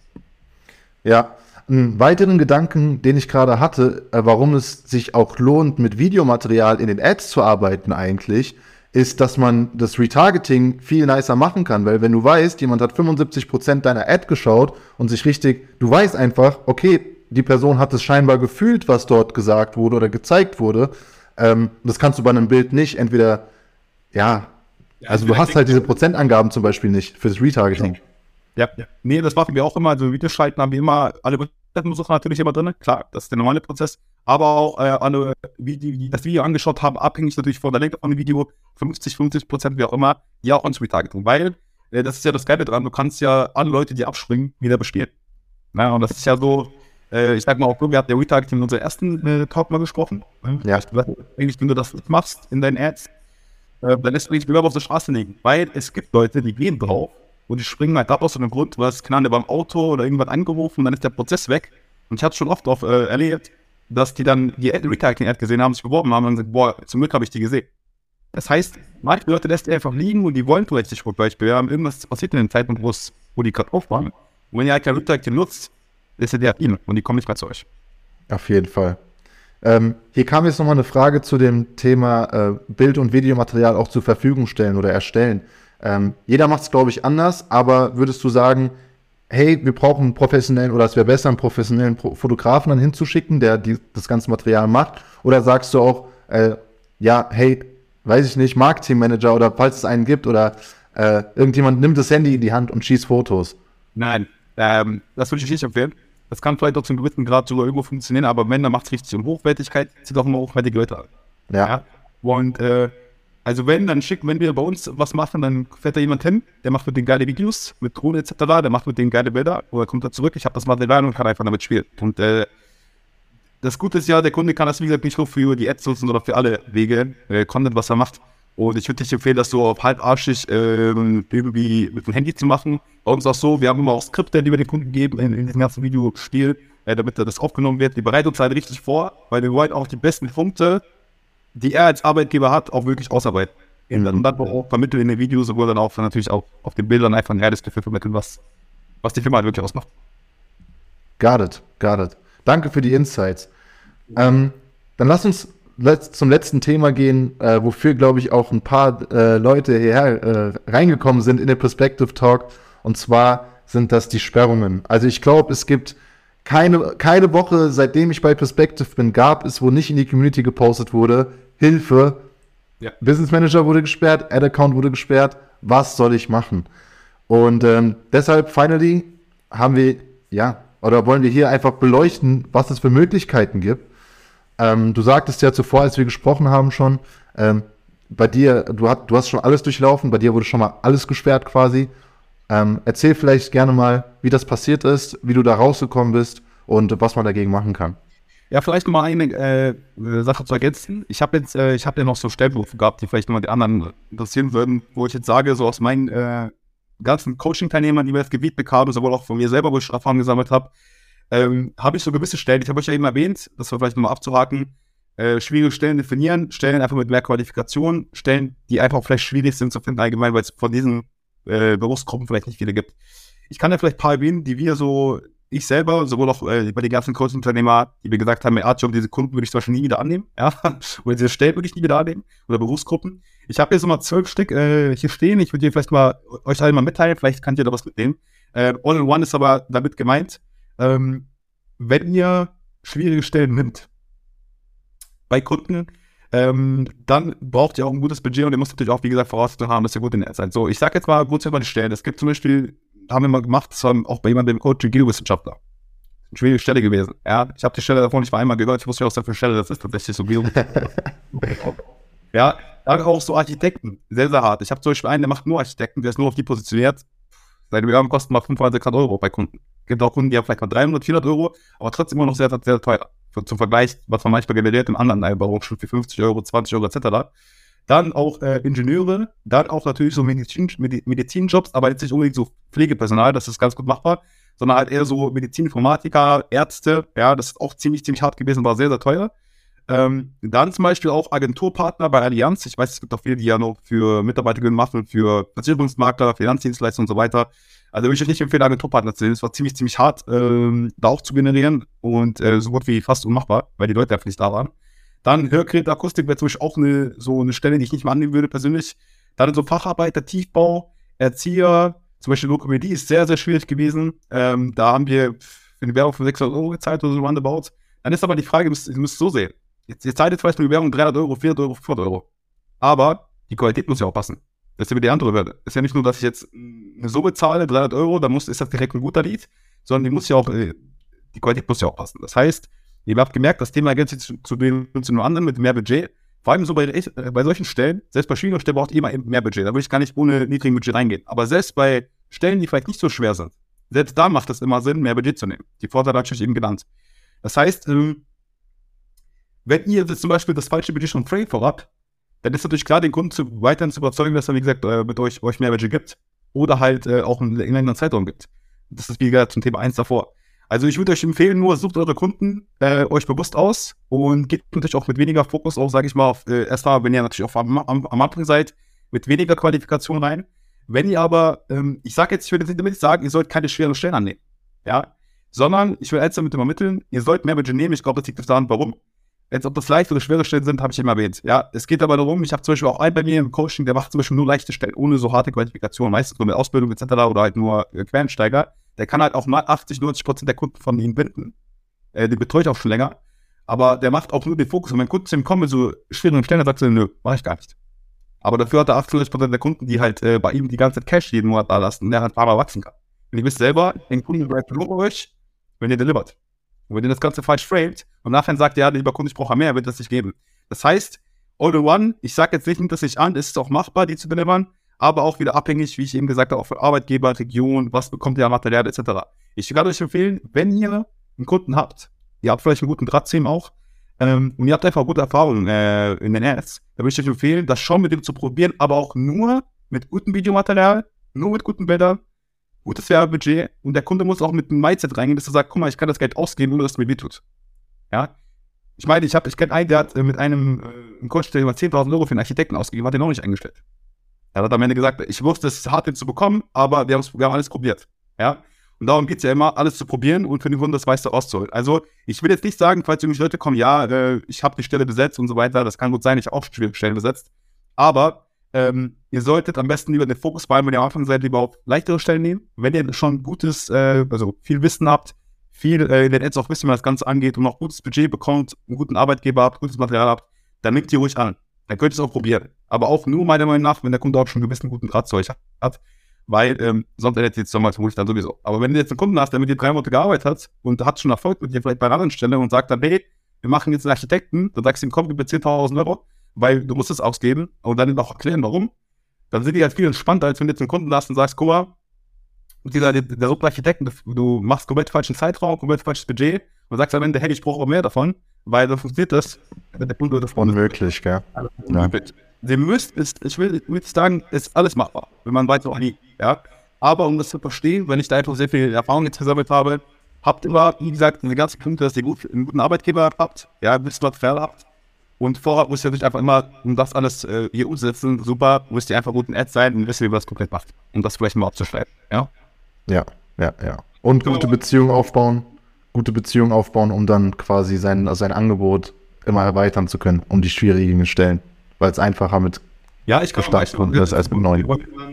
Ja, einen weiteren Gedanken, den ich gerade hatte, äh, warum es sich auch lohnt, mit Videomaterial in den Ads zu arbeiten eigentlich, ist, dass man das Retargeting viel nicer machen kann, weil wenn du weißt, jemand hat fünfundsiebzig Prozent deiner Ad geschaut und sich richtig, du weißt einfach, okay, die Person hat es scheinbar gefühlt, was dort gesagt wurde oder gezeigt wurde, ähm, das kannst du bei einem Bild nicht, entweder, ja, also du hast halt diese Prozentangaben zum Beispiel nicht fürs Retargeting. Ja, ja. Nee, das machen wir auch immer. Also Videoschalten haben wir immer, alle Besucher natürlich immer drin, klar, das ist der normale Prozess. Aber auch äh, alle, wie die, die das Video angeschaut haben, abhängig natürlich von der Länge von dem Video, fünfzig, fünfzig Prozent, wie auch immer, die auch ins Retargeting. Weil, äh, das ist ja das Geile dran, du kannst ja alle Leute, die abspringen, wieder bespielen. Na, und das ist ja so, äh, ich sag mal auch, wir hatten ja Retargeting in unserer ersten äh, Talk mal gesprochen. Ja. Eigentlich, wenn du das nicht machst in deinen Ads, äh, dann lässt du dich Bewerber auf der Straße liegen. Weil es gibt Leute, die gehen drauf und die springen halt ab aus einem Grund, weil es knallt beim Auto oder irgendwann angerufen und dann ist der Prozess weg. Und ich habe es schon oft auf, äh, erlebt, dass die dann die Retargeting-Ad gesehen haben, sich beworben haben und dann gesagt, boah, zum Glück habe ich die gesehen. Das heißt, manche Leute lässt die einfach liegen und die wollen vielleicht sich bei euch bewerben. Irgendwas passiert in den Zeiten, wo es, wo die gerade drauf waren. Und wenn ihr halt kein Retargeting nutzt, ist ja der ihnen und die kommen nicht mehr zu euch. Auf jeden Fall. Ähm, hier kam jetzt nochmal eine Frage zu dem Thema äh, Bild- und Videomaterial auch zur Verfügung stellen oder erstellen. Ähm, jeder macht es, glaube ich, anders, aber würdest du sagen, hey, wir brauchen einen professionellen oder es wäre besser, einen professionellen Pro- Fotografen dann hinzuschicken, der die, das ganze Material macht? Oder sagst du auch, äh, ja, hey, weiß ich nicht, Marketingmanager oder falls es einen gibt oder äh, irgendjemand nimmt das Handy in die Hand und schießt Fotos? Nein, ähm, das würde ich nicht empfehlen. Das kann vielleicht auch zum gewissen Grad sogar irgendwo funktionieren, aber wenn, dann macht es richtig um Hochwertigkeit, zieht auch immer hochwertige Leute an. Ja. Ja? Und äh, Also wenn, dann schicken, wenn wir bei uns was machen, dann fährt da jemand hin, der macht mit den geile Videos, mit Drohnen et cetera, der macht mit denen geile Bilder, oder kommt da zurück, ich habe das Material und kann einfach damit spielen. Und äh, das Gute ist ja, der Kunde kann das, wie gesagt, nicht nur für die Ads nutzen, sondern für alle Wege, äh, Content, was er macht. Und ich würde dich empfehlen, das so auf halbarschig äh, irgendwie mit dem Handy zu machen. Bei uns auch so, wir haben immer auch Skripte, die wir den Kunden geben in, in diesem ganzen Videospiel, äh, damit das aufgenommen wird. Wir bereiten uns halt richtig vor, weil wir wollen auch die besten Punkte, die er als Arbeitgeber hat, auch wirklich ausarbeiten. Mhm. Und dann auch vermitteln in den Videos, sowohl dann auch natürlich auch auf den Bildern einfach ein reales Gefühl vermitteln, was, was die Firma halt wirklich ausmacht. Got it, got it. Danke für die Insights. Ähm, dann lass uns letzt, zum letzten Thema gehen, äh, wofür, glaube ich, auch ein paar äh, Leute hierher äh, reingekommen sind in den Perspective Talk. Und zwar sind das die Sperrungen. Also ich glaube, es gibt keine, keine Woche, seitdem ich bei Perspective bin, gab es, wo nicht in die Community gepostet wurde, Hilfe, ja. Business Manager wurde gesperrt, Ad-Account wurde gesperrt, was soll ich machen? Und ähm, deshalb, finally, haben wir, ja, oder wollen wir hier einfach beleuchten, was es für Möglichkeiten gibt. Ähm, du sagtest ja zuvor, als wir gesprochen haben schon, ähm, bei dir, du, hat, du hast schon alles durchlaufen, bei dir wurde schon mal alles gesperrt quasi. Ähm, erzähl vielleicht gerne mal, wie das passiert ist, wie du da rausgekommen bist und was man dagegen machen kann. Ja, vielleicht mal eine äh, Sache zu ergänzen. Ich habe jetzt, äh, ich habe ja noch so Stellberufe gehabt, die vielleicht nochmal die anderen interessieren würden, wo ich jetzt sage, so aus meinen äh, ganzen Coaching-Teilnehmern, die mir das Gebiet bekamen, sowohl auch von mir selber, wo ich Erfahrung gesammelt habe, ähm, habe ich so gewisse Stellen, ich habe euch ja eben erwähnt, das war vielleicht nochmal abzuhaken, äh, schwierige Stellen definieren, Stellen einfach mit mehr Qualifikation, Stellen, die einfach vielleicht schwierig sind zu finden allgemein, weil es von diesen äh, Berufsgruppen vielleicht nicht viele gibt. Ich kann ja vielleicht ein paar erwähnen, die wir so, ich selber, sowohl auch äh, bei den ganzen Coaching-Unternehmer, die mir gesagt haben, Artyom, diese Kunden würde ich zum Beispiel nie wieder annehmen, ja, oder diese Stellen würde ich nie wieder annehmen, oder Berufsgruppen. Ich habe hier so mal zwölf Stück äh, hier stehen, ich würde dir vielleicht mal, euch alle mal mitteilen, vielleicht könnt ihr da was mitnehmen. Äh, All-in-One ist aber damit gemeint, ähm, wenn ihr schwierige Stellen nimmt bei Kunden, ähm, dann braucht ihr auch ein gutes Budget und ihr müsst natürlich auch, wie gesagt, Voraussetzungen haben, dass ihr gut in der Ads seid. So, ich sag jetzt mal, wo mal die Stellen. Es gibt zum Beispiel, haben wir mal gemacht, das war auch bei jemandem im Coaching, Geowissenschaftler. Eine schwierige Stelle gewesen. Ja, ich habe die Stelle davon nicht mal einmal gehört, ich wusste ja auch, was für eine Stelle das ist, tatsächlich so Geowissenschaftler. Ja, dann auch so Architekten, sehr, sehr hart. Ich habe zum Beispiel einen, der macht nur Architekten, der ist nur auf die positioniert. Seine Bewerbung kosten mal fünfhundert, sechshundert Euro bei Kunden. Es gibt auch Kunden, die haben vielleicht mal dreihundert, vierhundert Euro, aber trotzdem immer noch sehr, sehr, sehr teuer. Für, zum Vergleich, was man manchmal generiert im anderen Einbau, schon für fünfzig Euro, zwanzig Euro et cetera. Dann auch äh, Ingenieure, dann auch natürlich so Medizin, Medizinjobs, aber jetzt nicht unbedingt so Pflegepersonal, das ist ganz gut machbar, sondern halt eher so Medizininformatiker, Ärzte, ja, das ist auch ziemlich, ziemlich hart gewesen, war sehr, sehr teuer. Ähm, dann zum Beispiel auch Agenturpartner bei Allianz. Ich weiß, es gibt auch viele, die ja noch für Mitarbeitergewinn machen, für Versicherungsmakler, Finanzdienstleister und so weiter. Also würde ich euch nicht empfehlen, Agenturpartner zu sehen. Es war ziemlich, ziemlich hart, ähm, da auch zu generieren und äh, so gut wie fast unmachbar, weil die Leute einfach nicht da waren. Dann Hörgeräte, Akustik wäre zum Beispiel auch eine, so eine Stelle, die ich nicht mal annehmen würde persönlich. Dann so Facharbeiter, Tiefbau, Erzieher, zum Beispiel Lokopädie ist sehr, sehr schwierig gewesen. Ähm, da haben wir für eine Werbung von sechshundert Euro gezahlt oder so roundabout. Dann ist aber die Frage, ihr müsst, ihr müsst es so sehen. Jetzt, ihr zahlt jetzt vielleicht eine Werbung dreihundert Euro, vierhundert Euro, fünfhundert Euro. Aber die Qualität muss ja auch passen. Das ist ja wieder die andere Werte. Ist ja nicht nur, dass ich jetzt eine Summe zahle, dreihundert Euro, dann muss, ist das direkt ein guter Lied, sondern die muss ja auch, die Qualität muss ja auch passen. Das heißt, ihr habt gemerkt, das Thema ergänzt sich zu den zu den anderen mit mehr Budget. Vor allem so bei, bei solchen Stellen, selbst bei schwierigen Stellen braucht ihr immer mehr Budget. Da würde ich gar nicht ohne niedrigen Budget reingehen. Aber selbst bei Stellen, die vielleicht nicht so schwer sind, selbst da macht es immer Sinn, mehr Budget zu nehmen. Die Vorteile habe ich euch eben genannt. Das heißt, ähm, wenn ihr jetzt zum Beispiel das falsche Budget schon frame vorhabt, dann ist natürlich klar, den Kunden zu, weiterhin zu überzeugen, dass er, wie gesagt, äh, mit euch, euch mehr Budget gibt. Oder halt äh, auch einen längeren Zeitraum gibt. Das ist, wie gesagt, zum Thema eins davor. Also ich würde euch empfehlen, nur sucht eure Kunden äh, euch bewusst aus und geht natürlich auch mit weniger Fokus auch, sage ich mal, auf, äh, erstmal, wenn ihr natürlich auch am, am, am Anfang seid, mit weniger Qualifikation rein. Wenn ihr aber, ähm, ich sage jetzt, ich würde damit sagen, ihr sollt keine schweren Stellen annehmen. Ja, sondern ich will eins damit übermitteln, ihr sollt mehr Budget nehmen. Ich glaube, das liegt daran, warum. Jetzt, ob das leichte oder schwere Stellen sind, habe ich immer erwähnt. Ja, es geht aber darum, ich habe zum Beispiel auch einen bei mir im Coaching, der macht zum Beispiel nur leichte Stellen, ohne so harte Qualifikationen, meistens nur mit Ausbildung et cetera oder halt nur äh, Quereinsteiger. Der kann halt auch mal achtzig, neunzig Prozent der Kunden von ihnen binden. Äh, den betreue ich auch schon länger. Aber der macht auch nur den Fokus. Und wenn Kunden zu ihm kommen mit so schwierigen Stellen, dann sagt er, nö, mache ich gar nicht. Aber dafür hat er achtzig Prozent der Kunden, die halt äh, bei ihm die ganze Zeit Cash jeden Monat da lassen und der halt ein paar Mal wachsen kann. Und ihr wisst selber, den Kunden bleibt nur bei euch, wenn ihr delivert. Und wenn ihr das Ganze falsch framet und nachher sagt, ja, lieber Kunde, ich brauche mehr, wird das nicht geben. Das heißt, all in one. Ich sage jetzt nicht, dass ich an, es ist auch machbar, die zu delivern, aber auch wieder abhängig, wie ich eben gesagt habe, auch von Arbeitgeber, Region, was bekommt ihr an Material et cetera. Ich kann euch empfehlen, wenn ihr einen Kunden habt, ihr habt vielleicht einen guten Drahtteam auch, ähm, und ihr habt einfach gute Erfahrungen äh, in den Ads, dann würde ich euch empfehlen, das schon mit dem zu probieren, aber auch nur mit gutem Videomaterial, nur mit guten Bildern, gutes Werbebudget, und der Kunde muss auch mit einem Mindset reingehen, dass er sagt, guck mal, ich kann das Geld ausgeben, ohne dass es mir wehtut. Ja? Ich meine, ich habe, ich kenne einen, der hat äh, mit einem äh, einen Coach, der über zehntausend Euro für einen Architekten ausgegeben hat, den auch nicht eingestellt. Er hat am Ende gesagt, ich wusste, es ist hart, den zu bekommen, aber wir, wir haben alles probiert. Ja? Und darum geht es ja immer, alles zu probieren und für den Kunden das meiste rauszuholen. Also, ich will jetzt nicht sagen, falls irgendwelche Leute kommen, ja, äh, ich habe die Stelle besetzt und so weiter, das kann gut sein, ich habe auch schwierige Stellen besetzt, aber ähm, ihr solltet am besten lieber den Fokus behalten, wenn ihr am Anfang seid, lieber auf leichtere Stellen nehmen. Wenn ihr schon gutes, äh, also viel Wissen habt, viel äh, in den Ads auch wissen, was das Ganze angeht und auch gutes Budget bekommt, einen guten Arbeitgeber habt, gutes Material habt, dann nehmt ihr ruhig an. Dann könnt ihr es auch probieren. Aber auch nur meiner Meinung nach, wenn der Kunde auch schon einen gewissen guten Draht zu euch hat, weil ähm, sonst endet jetzt nochmal vermutlich dann sowieso. Aber wenn du jetzt einen Kunden hast, der mit dir drei Monate gearbeitet hat und hat schon Erfolg mit dir vielleicht bei einer anderen Stelle und sagt dann, hey, wir machen jetzt einen Architekten, dann sagst du ihm, komm, gib mir zehntausend Euro, weil du musst es ausgeben und dann auch erklären, warum. Dann sind die halt viel entspannter, als wenn du jetzt einen Kunden hast und sagst, guck mal, dieser, der, der Subarchitekten, du machst komplett falschen Zeitraum, komplett falsches Budget und sagst am Ende, hey, ich brauche auch mehr davon, weil dann funktioniert das, wenn der Kunde davon unmöglich, gell? Ja. Ihr müsst, ist, ich will nicht sagen, ist alles machbar, wenn man weiß auch nie, ja. Aber um das zu verstehen, wenn ich da einfach sehr viel Erfahrung jetzt gesammelt habe, habt immer, wie gesagt, die ganzen Punkte, dass ihr gut, einen guten Arbeitgeber habt, ja, wisst, was fair habt. Und vorher müsst ihr natürlich einfach immer, um das alles äh, hier umzusetzen, super, müsst ihr einfach gut in Ads sein und wisst, wie man das komplett macht. Um das vielleicht mal abzuschreiben, ja. Ja, ja, ja. Und gute Beziehungen aufbauen, gute Beziehungen aufbauen, um dann quasi sein, sein Angebot immer erweitern zu können, um die schwierigen Stellen. Weil es einfacher mit ja, ich gestartet ist als mit neuen.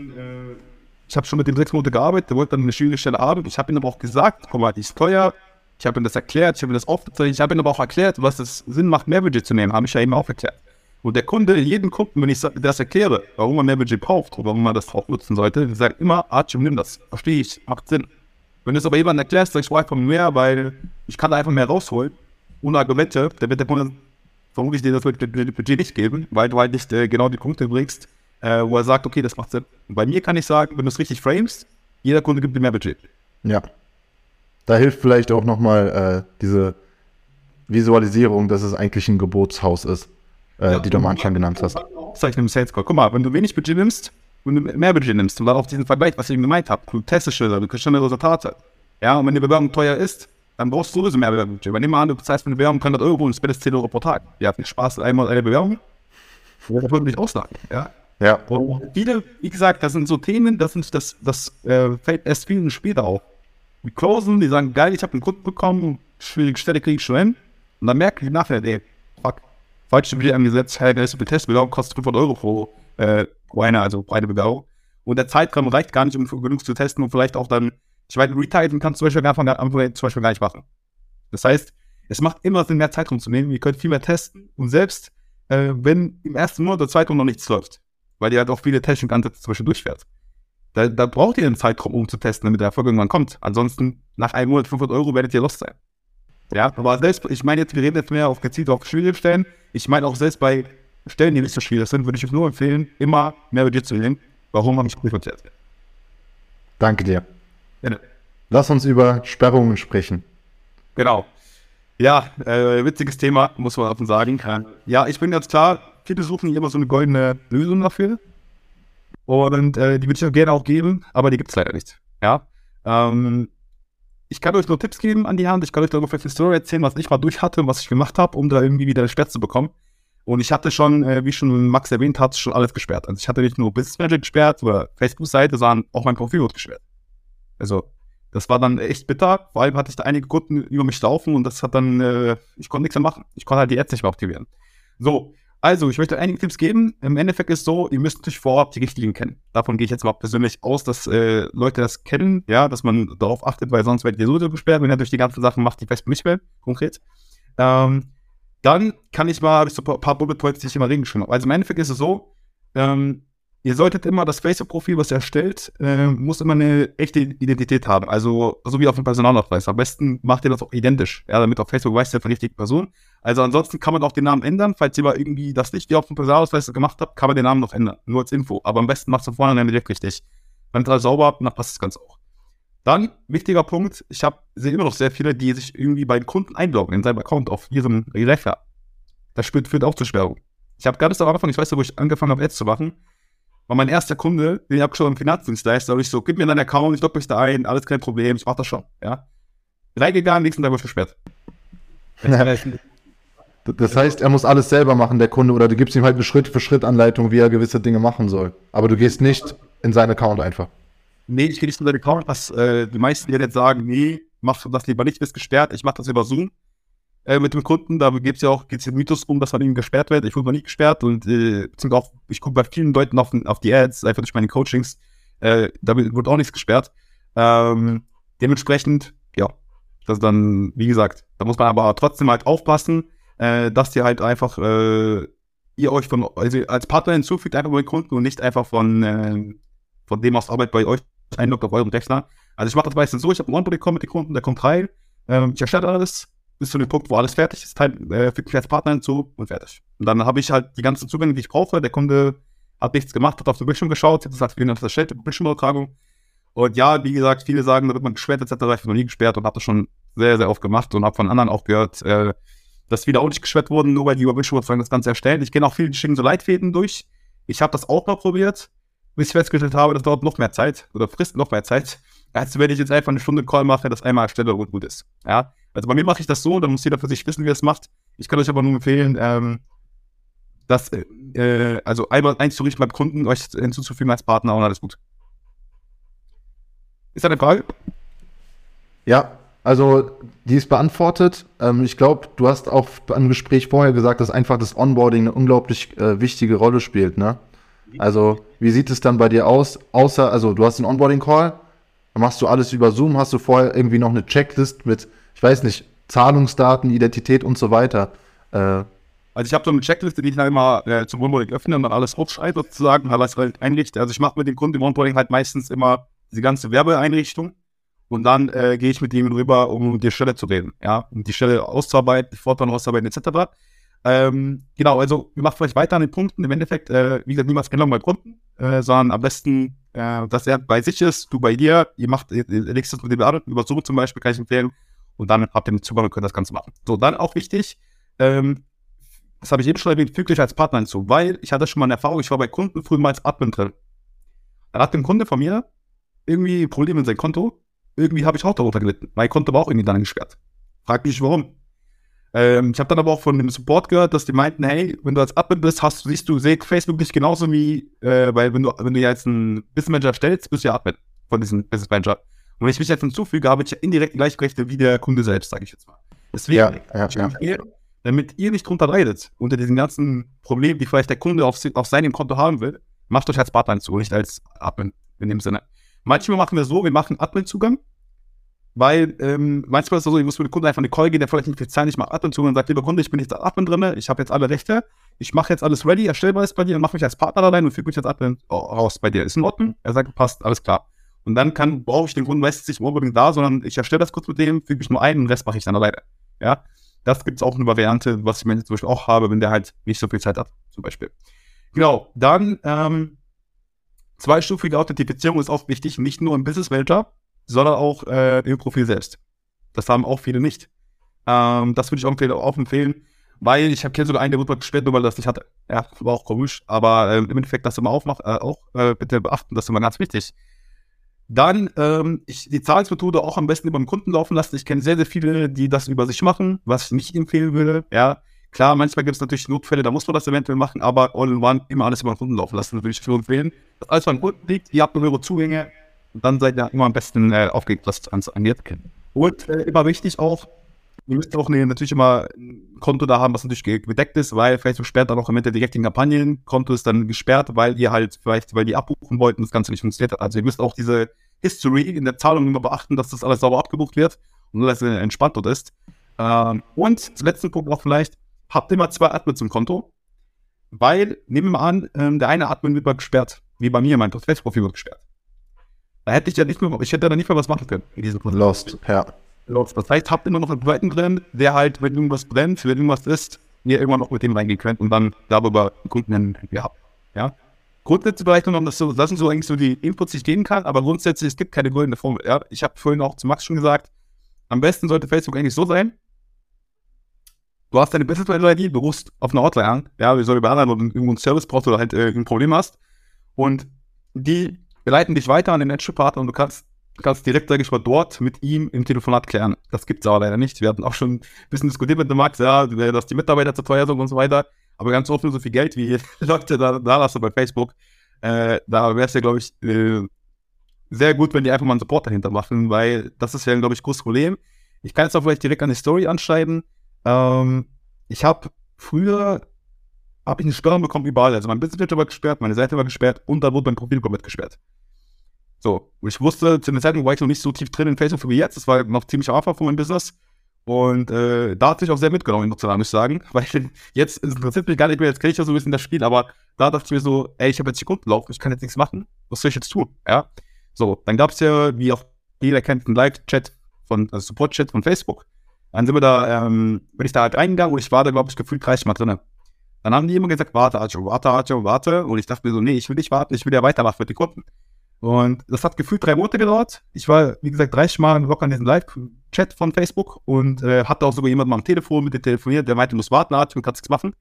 Ich habe schon mit dem sechs Monate gearbeitet, der wollte dann eine schwierige Stelle haben. Ich habe ihm aber auch gesagt, guck mal, die ist teuer. Ich habe ihm das erklärt, ich habe ihm das aufgezeigt. Ich habe ihm aber auch erklärt, was es Sinn macht, mehr Budget zu nehmen. Habe ich ja eben auch erklärt. Und der Kunde, jeden Kunden, wenn ich das erkläre, warum man mehr Budget braucht oder warum man das auch nutzen sollte, die sagen immer, Archim, nimm das. Verstehe ich, macht Sinn. Wenn du es aber jemandem erklärst, sagst du einfach mehr, weil ich kann da einfach mehr rausholen, ohne Argumente, dann wird der Kunde vermutlich dir das Budget nicht geben, weil du halt nicht äh, genau die Punkte bringst, äh, wo er sagt, okay, das macht Sinn. Und bei mir kann ich sagen, wenn du es richtig framest, jeder Kunde gibt dir mehr Budget. Ja. Da hilft vielleicht auch nochmal äh, diese Visualisierung, dass es eigentlich ein Gebotshaus ist, äh, ja, die du am Anfang genannt hast. Zeichnen im Sales Call. Guck mal, wenn du wenig Budget nimmst und du mehr Budget nimmst und dann auf diesen Vergleich, was ich eben gemeint habe, du testest schneller, du kriegst schnellere Resultate. Ja, und wenn die Bewerbung teuer ist, dann brauchst du sowieso mehr Budget. Weil nehmen wir an, du bezahlst für eine Bewerbung hundert Euro und spendest zehn Euro pro Tag. Ja, viel Spaß, einmal eine Bewerbung. Das würde nicht auslagen, ja. Ja. Und viele, wie gesagt, das sind so Themen, das sind das, das äh, fällt erst vielen später auf. Die closen, die sagen, geil, ich habe einen Kunden bekommen, schwierige Stelle kriege ich schon hin. Und dann merken die nachher, ey, fuck, falsche Budget angesetzt, hey, der ist eine Testbewerbung, kostet fünfhundert Euro pro, äh, pro eine, also pro eine Bewerbung. Und der Zeitraum reicht gar nicht, um genug zu testen und vielleicht auch dann, ich meine, Retitlen kannst du zum Beispiel am Anfang zum Beispiel gar nicht machen. Das heißt, es macht immer Sinn, mehr Zeitraum zu nehmen, ihr könnt viel mehr testen und selbst, äh, wenn im ersten Monat oder zweiten noch nichts läuft, weil ihr halt auch viele Testing-Ansätze zum Beispiel durchfährt. Da, da braucht ihr einen Zeitraum, um zu testen, damit der Erfolg irgendwann kommt. Ansonsten, nach einem Monat fünfhundert Euro werdet ihr lost sein. Ja, aber selbst, ich meine jetzt, wir reden jetzt mehr auf gezielt auf schwierige Stellen. Ich meine auch selbst bei Stellen, die nicht so schwierig sind, würde ich euch nur empfehlen, immer mehr Budget zu nehmen. Warum habe ich das jetzt? Danke dir. Ja. Lass uns über Sperrungen sprechen. Genau. Ja, äh, witziges Thema, muss man offen sagen. Ja, ich bin jetzt klar, viele suchen immer so eine goldene Lösung dafür. Und äh, die würde ich auch gerne auch geben, aber die gibt es leider nicht. Ja. Ähm, ich kann euch nur Tipps geben an die Hand. Ich kann euch darüber vielleicht eine Story erzählen, was ich mal durch hatte und was ich gemacht habe, um da irgendwie wieder Sperr zu bekommen. Und ich hatte schon, äh, wie schon Max erwähnt hat, schon alles gesperrt. Also ich hatte nicht nur Business Magic gesperrt oder Facebook-Seite, sondern auch mein Profil wurde gesperrt. Also das war dann echt bitter. Vor allem hatte ich da einige Kunden über mich laufen und das hat dann, äh, ich konnte nichts mehr machen. Ich konnte halt die Ads nicht mehr aktivieren. So. Also, ich möchte einige Tipps geben. Im Endeffekt ist es so, ihr müsst natürlich vorab die Richtlinien kennen. Davon gehe ich jetzt mal persönlich aus, dass äh, Leute das kennen, ja, dass man darauf achtet, weil sonst werdet ihr sowieso gesperrt, wenn ihr durch die ganzen Sachen macht, die Facebook nicht mehr, konkret. Ähm, dann kann ich mal, habe ich so ein paar Bullet Points, die ich immer redengeschrieben habe. Also im Endeffekt ist es so, ähm, ihr solltet immer das Facebook-Profil, was ihr erstellt, äh, muss immer eine echte Identität haben. Also, so wie auf dem Personalausweis. Am besten macht ihr das auch identisch, ja, damit auf Facebook weiß, ihr von richtigen Person. Also ansonsten kann man auch den Namen ändern, falls ihr mal irgendwie das nicht wie auf dem Personalausweis gemacht habt, kann man den Namen noch ändern, nur als Info. Aber am besten macht es von vornherein direkt richtig. Wenn ihr alles sauber habt, dann passt das Ganze auch. Dann, wichtiger Punkt, ich habe sehe immer noch sehr viele, die sich irgendwie bei den Kunden einloggen in seinem Account auf ihrem Rechner. Das führt, führt auch zur Sperrung. Ich habe ganz am Anfang, ich weiß ja, wo ich angefangen habe, Ads zu machen, war mein erster Kunde, den habe ich schon im Finanzdienstleister, und ich so, gib mir deinen Account, ich logge mich da ein, alles kein Problem, ich mach das schon, ja. Reingegangen, nächsten Tag wurde ich versperrt. Das heißt, er muss alles selber machen, der Kunde, oder du gibst ihm halt eine Schritt-für-Schritt-Anleitung, wie er gewisse Dinge machen soll. Aber du gehst nicht in seinen Account einfach. Nee, ich gehe nicht in seinen Account, was äh, die meisten die jetzt sagen, nee, mach das lieber nicht, bist gesperrt, ich mache das über Zoom äh, mit dem Kunden, da gibt es ja auch geht's den Mythos um, dass man eben gesperrt wird. Ich wurde mal nicht gesperrt und äh, auch, ich gucke bei vielen Leuten auf, auf die Ads, einfach durch meine Coachings, äh, da wird auch nichts gesperrt. Ähm, dementsprechend, ja, das dann, wie gesagt, da muss man aber trotzdem halt aufpassen, äh, dass ihr halt einfach, äh, ihr euch von, also als Partner hinzufügt, einfach bei den Kunden und nicht einfach von, äh, von dem aus Arbeit bei euch einloggt auf eurem Rechner. Also ich mache das meistens so, ich habe einen Onboarding-Call mit den Kunden, der kommt rein, ähm, ich erstelle alles, bis zu dem Punkt, wo alles fertig ist, halt, äh, fügt mich als Partner hinzu und fertig. Und dann habe ich halt die ganzen Zugänge, die ich brauche, der Kunde hat nichts gemacht, hat auf den Bildschirm geschaut, ich habe das halt für ihn erstellt, Bildschirmübertragung. Und ja, wie gesagt, viele sagen, da wird man gesperrt et cetera. Ich bin noch nie gesperrt und habe das schon sehr, sehr oft gemacht und habe von anderen auch gehört, äh, dass viele auch nicht gesperrt wurden, nur weil die über Bildschirmübertragung das Ganze erstellen. Ich kenne auch viele, die schicken so Leitfäden durch. Ich habe das auch mal probiert, bis ich festgestellt habe, das dauert noch mehr Zeit oder frisst noch mehr Zeit, als wenn ich jetzt einfach eine Stunde Call mache, das einmal erstelle und gut ist. Ja, also bei mir mache ich das so, dann muss jeder für sich wissen, wie er es macht. Ich kann euch aber nur empfehlen, ähm, das, äh, also einmal einzurichten beim Kunden, euch hinzuzufügen als Partner und alles gut. Ist das eine Frage? Ja, also die ist beantwortet. Ähm, ich glaube, du hast auch im Gespräch vorher gesagt, dass einfach das Onboarding eine unglaublich äh, wichtige Rolle spielt, ne? Also, wie sieht es dann bei dir aus? Außer, also du hast einen Onboarding-Call, dann machst du alles über Zoom, hast du vorher irgendwie noch eine Checklist mit, ich weiß nicht, Zahlungsdaten, Identität und so weiter. Äh, Also ich habe so eine Checkliste, die ich dann immer äh, zum Onboarding öffne und dann alles aufschreibe sozusagen, alles halt einrichte. Also ich mache mit dem Kunden im Onboarding halt meistens immer diese ganze Werbeeinrichtung und dann äh, gehe ich mit ihm rüber, um die Stelle zu reden, ja, um die Stelle auszuarbeiten, die Fortbildung auszuarbeiten et cetera. Ähm, genau, also wir machen vielleicht weiter an den Punkten. Im Endeffekt, äh, wie gesagt, niemals genau bei Kunden, äh, sondern am besten, äh, dass er bei sich ist, du bei dir, ihr macht, ihr, ihr legst das mit dem an, über Zoom zum Beispiel, kann ich empfehlen, und dann habt ihr den Zugang und könnt das Ganze machen. So, dann auch wichtig, ähm, das habe ich eben schon erwähnt, fügt euch als Partner hinzu, weil ich hatte schon mal eine Erfahrung, ich war bei Kunden früher mal als Admin drin. Dann hat ein Kunde von mir irgendwie Probleme mit seinem Konto, irgendwie habe ich auch darunter gelitten. Mein Konto war auch irgendwie dann gesperrt. Frag mich, warum. Ähm, ich habe dann aber auch von dem Support gehört, dass die meinten, hey, wenn du als Admin bist, hast du, siehst du, seht Facebook nicht genauso wie, äh, weil wenn du, wenn du jetzt einen Business Manager stellst, bist du ja Admin von diesem Business Manager. Und wenn ich mich jetzt hinzufüge, habe ich ja indirekt die gleiche Rechte wie der Kunde selbst, sage ich jetzt mal. Deswegen, ja, ja, ja. Ihr, damit ihr nicht drunter leidet, unter diesen ganzen Problemen, die vielleicht der Kunde auf, auf seinem Konto haben will, macht euch als Partner hinzu, nicht als Admin in dem Sinne. Manchmal machen wir so, wir machen Admin-Zugang, weil ähm, manchmal ist es so, ich muss mit dem Kunden einfach eine Call gehen, der vielleicht nicht viel Zeit, ich mache Admin-Zugang und sagt, lieber Kunde, ich bin jetzt als Admin drin, ich habe jetzt alle Rechte, ich mache jetzt alles ready, erstellbar ist bei dir und mache mich als Partner da rein und füge mich als Admin raus bei dir. Ist in Ordnung? Er sagt, passt, alles klar. Und dann kann, brauche ich den Kunden meistens nicht unbedingt da, sondern ich erstelle das kurz mit dem, füge mich nur ein und den Rest mache ich dann alleine. Ja, das gibt es auch eine Variante, was ich mir zum Beispiel auch habe, wenn der halt nicht so viel Zeit hat, zum Beispiel. Genau, dann ähm, zweistufige Authentifizierung ist auch wichtig, nicht nur im Business Manager, sondern auch äh, im Profil selbst. Das haben auch viele nicht. Ähm, das würde ich auch empfehlen, auch empfehlen, weil ich habe sogar einen, der wurde gesperrt, nur weil er das nicht hatte. Ja, war auch komisch, aber äh, im Endeffekt das immer aufmacht, äh, auch äh, bitte beachten, das ist immer ganz wichtig. Dann ähm, ich, die Zahlungsmethode auch am besten über den Kunden laufen lassen. Ich kenne sehr, sehr viele, die das über sich machen, was ich nicht empfehlen würde. Ja, klar, manchmal gibt es natürlich Notfälle, da muss man das eventuell machen, aber all in one immer alles über den Kunden laufen lassen, das würde ich für empfehlen. Dass alles beim Kunden liegt, ihr habt nur eure Zugänge und dann seid ihr immer am besten äh, aufgelegt, was das angeht. Und äh, immer wichtig auch, ihr müsst auch eine, natürlich immer ein Konto da haben, was natürlich gedeckt ist, weil Facebook sperrt dann auch im Endeffekt direkt die Kampagnen. Konto ist dann gesperrt, weil ihr halt vielleicht, weil die abbuchen wollten, das Ganze nicht funktioniert hat. Also ihr müsst auch diese History in der Zahlung immer beachten, dass das alles sauber abgebucht wird und nur, dass es entspannt dort ist. Ähm, und zum letzten Punkt auch vielleicht, habt immer zwei Admins im Konto, weil, nehmen wir mal an, ähm, der eine Admin wird mal gesperrt, wie bei mir, mein Facebook-Profil wird gesperrt. Da hätte ich ja nicht mehr, ich hätte da nicht mehr was machen können in diesem Konto. Lost, ja. läuft. Das heißt, habt immer noch einen zweiten drin, der halt, wenn irgendwas brennt, wenn irgendwas ist, ihr irgendwann noch mit dem reingehen könnt und dann darüber Kunden gehabt. Ja? Grundsätzlich vielleicht noch, dass so, das sind so eigentlich so die Inputs, die ich geben kann, aber grundsätzlich, es gibt keine goldene Formel. Ja? Ich habe vorhin auch zu Max schon gesagt, am besten sollte Facebook eigentlich so sein, du hast deine Business-I D, du rufst auf eine Hotline an, ja, wie soll über anderen, wenn du irgendwo einen Service brauchst oder halt äh, ein Problem hast und die leiten dich weiter an den Ansprechpartner und du kannst, kannst direkt, sag ich mal, dort mit ihm im Telefonat klären. Das gibt's aber leider nicht. Wir hatten auch schon ein bisschen diskutiert mit dem Max, ja, dass die Mitarbeiter zu teuer sind und so weiter, aber ganz oft nur so viel Geld, wie Leute da, da lassen bei Facebook, äh, da wäre es ja, glaube ich, äh, sehr gut, wenn die einfach mal einen Support dahinter machen, weil das ist ja, glaube ich, ein großes Problem. Ich kann jetzt auch vielleicht direkt an die Story anschreiben. Ähm, ich habe früher, habe ich eine Sperrung bekommen überall. Also mein Business-Manager war gesperrt, meine Seite war gesperrt und da wurde mein Profil komplett gesperrt. So, und ich wusste, zu der Zeit war ich noch nicht so tief drin in Facebook wie jetzt. Das war noch ziemlich am Anfang von meinem Business. Und äh, da hat sich auch sehr mitgenommen, muss ich sagen. Weil jetzt interessiert mich gar nicht mehr, jetzt kenne ich ja so ein bisschen das Spiel, aber da dachte ich mir so, ey, ich habe jetzt die Kunden laufen, ich kann jetzt nichts machen. Was soll ich jetzt tun? Ja. So, dann gab es ja, wie auch jeder kennt, einen Live-Chat von, also Support-Chat von Facebook. Dann sind wir da, ähm, bin ich da halt reingegangen und ich war da, glaube ich, gefühlt dreißig Mal drin. Dann haben die immer gesagt, warte, Arjo, warte, Arjo, warte. Und ich dachte mir so, nee, ich will nicht warten, ich will ja weitermachen mit den Kunden. Und das hat gefühlt drei Monate gedauert. Ich war, wie gesagt, dreißig Mal locker in diesem Live-Chat von Facebook und äh, hatte auch sogar jemanden mal am Telefon mit dem telefoniert, der meinte, du musst warten, Arjo, du kannst nichts machen,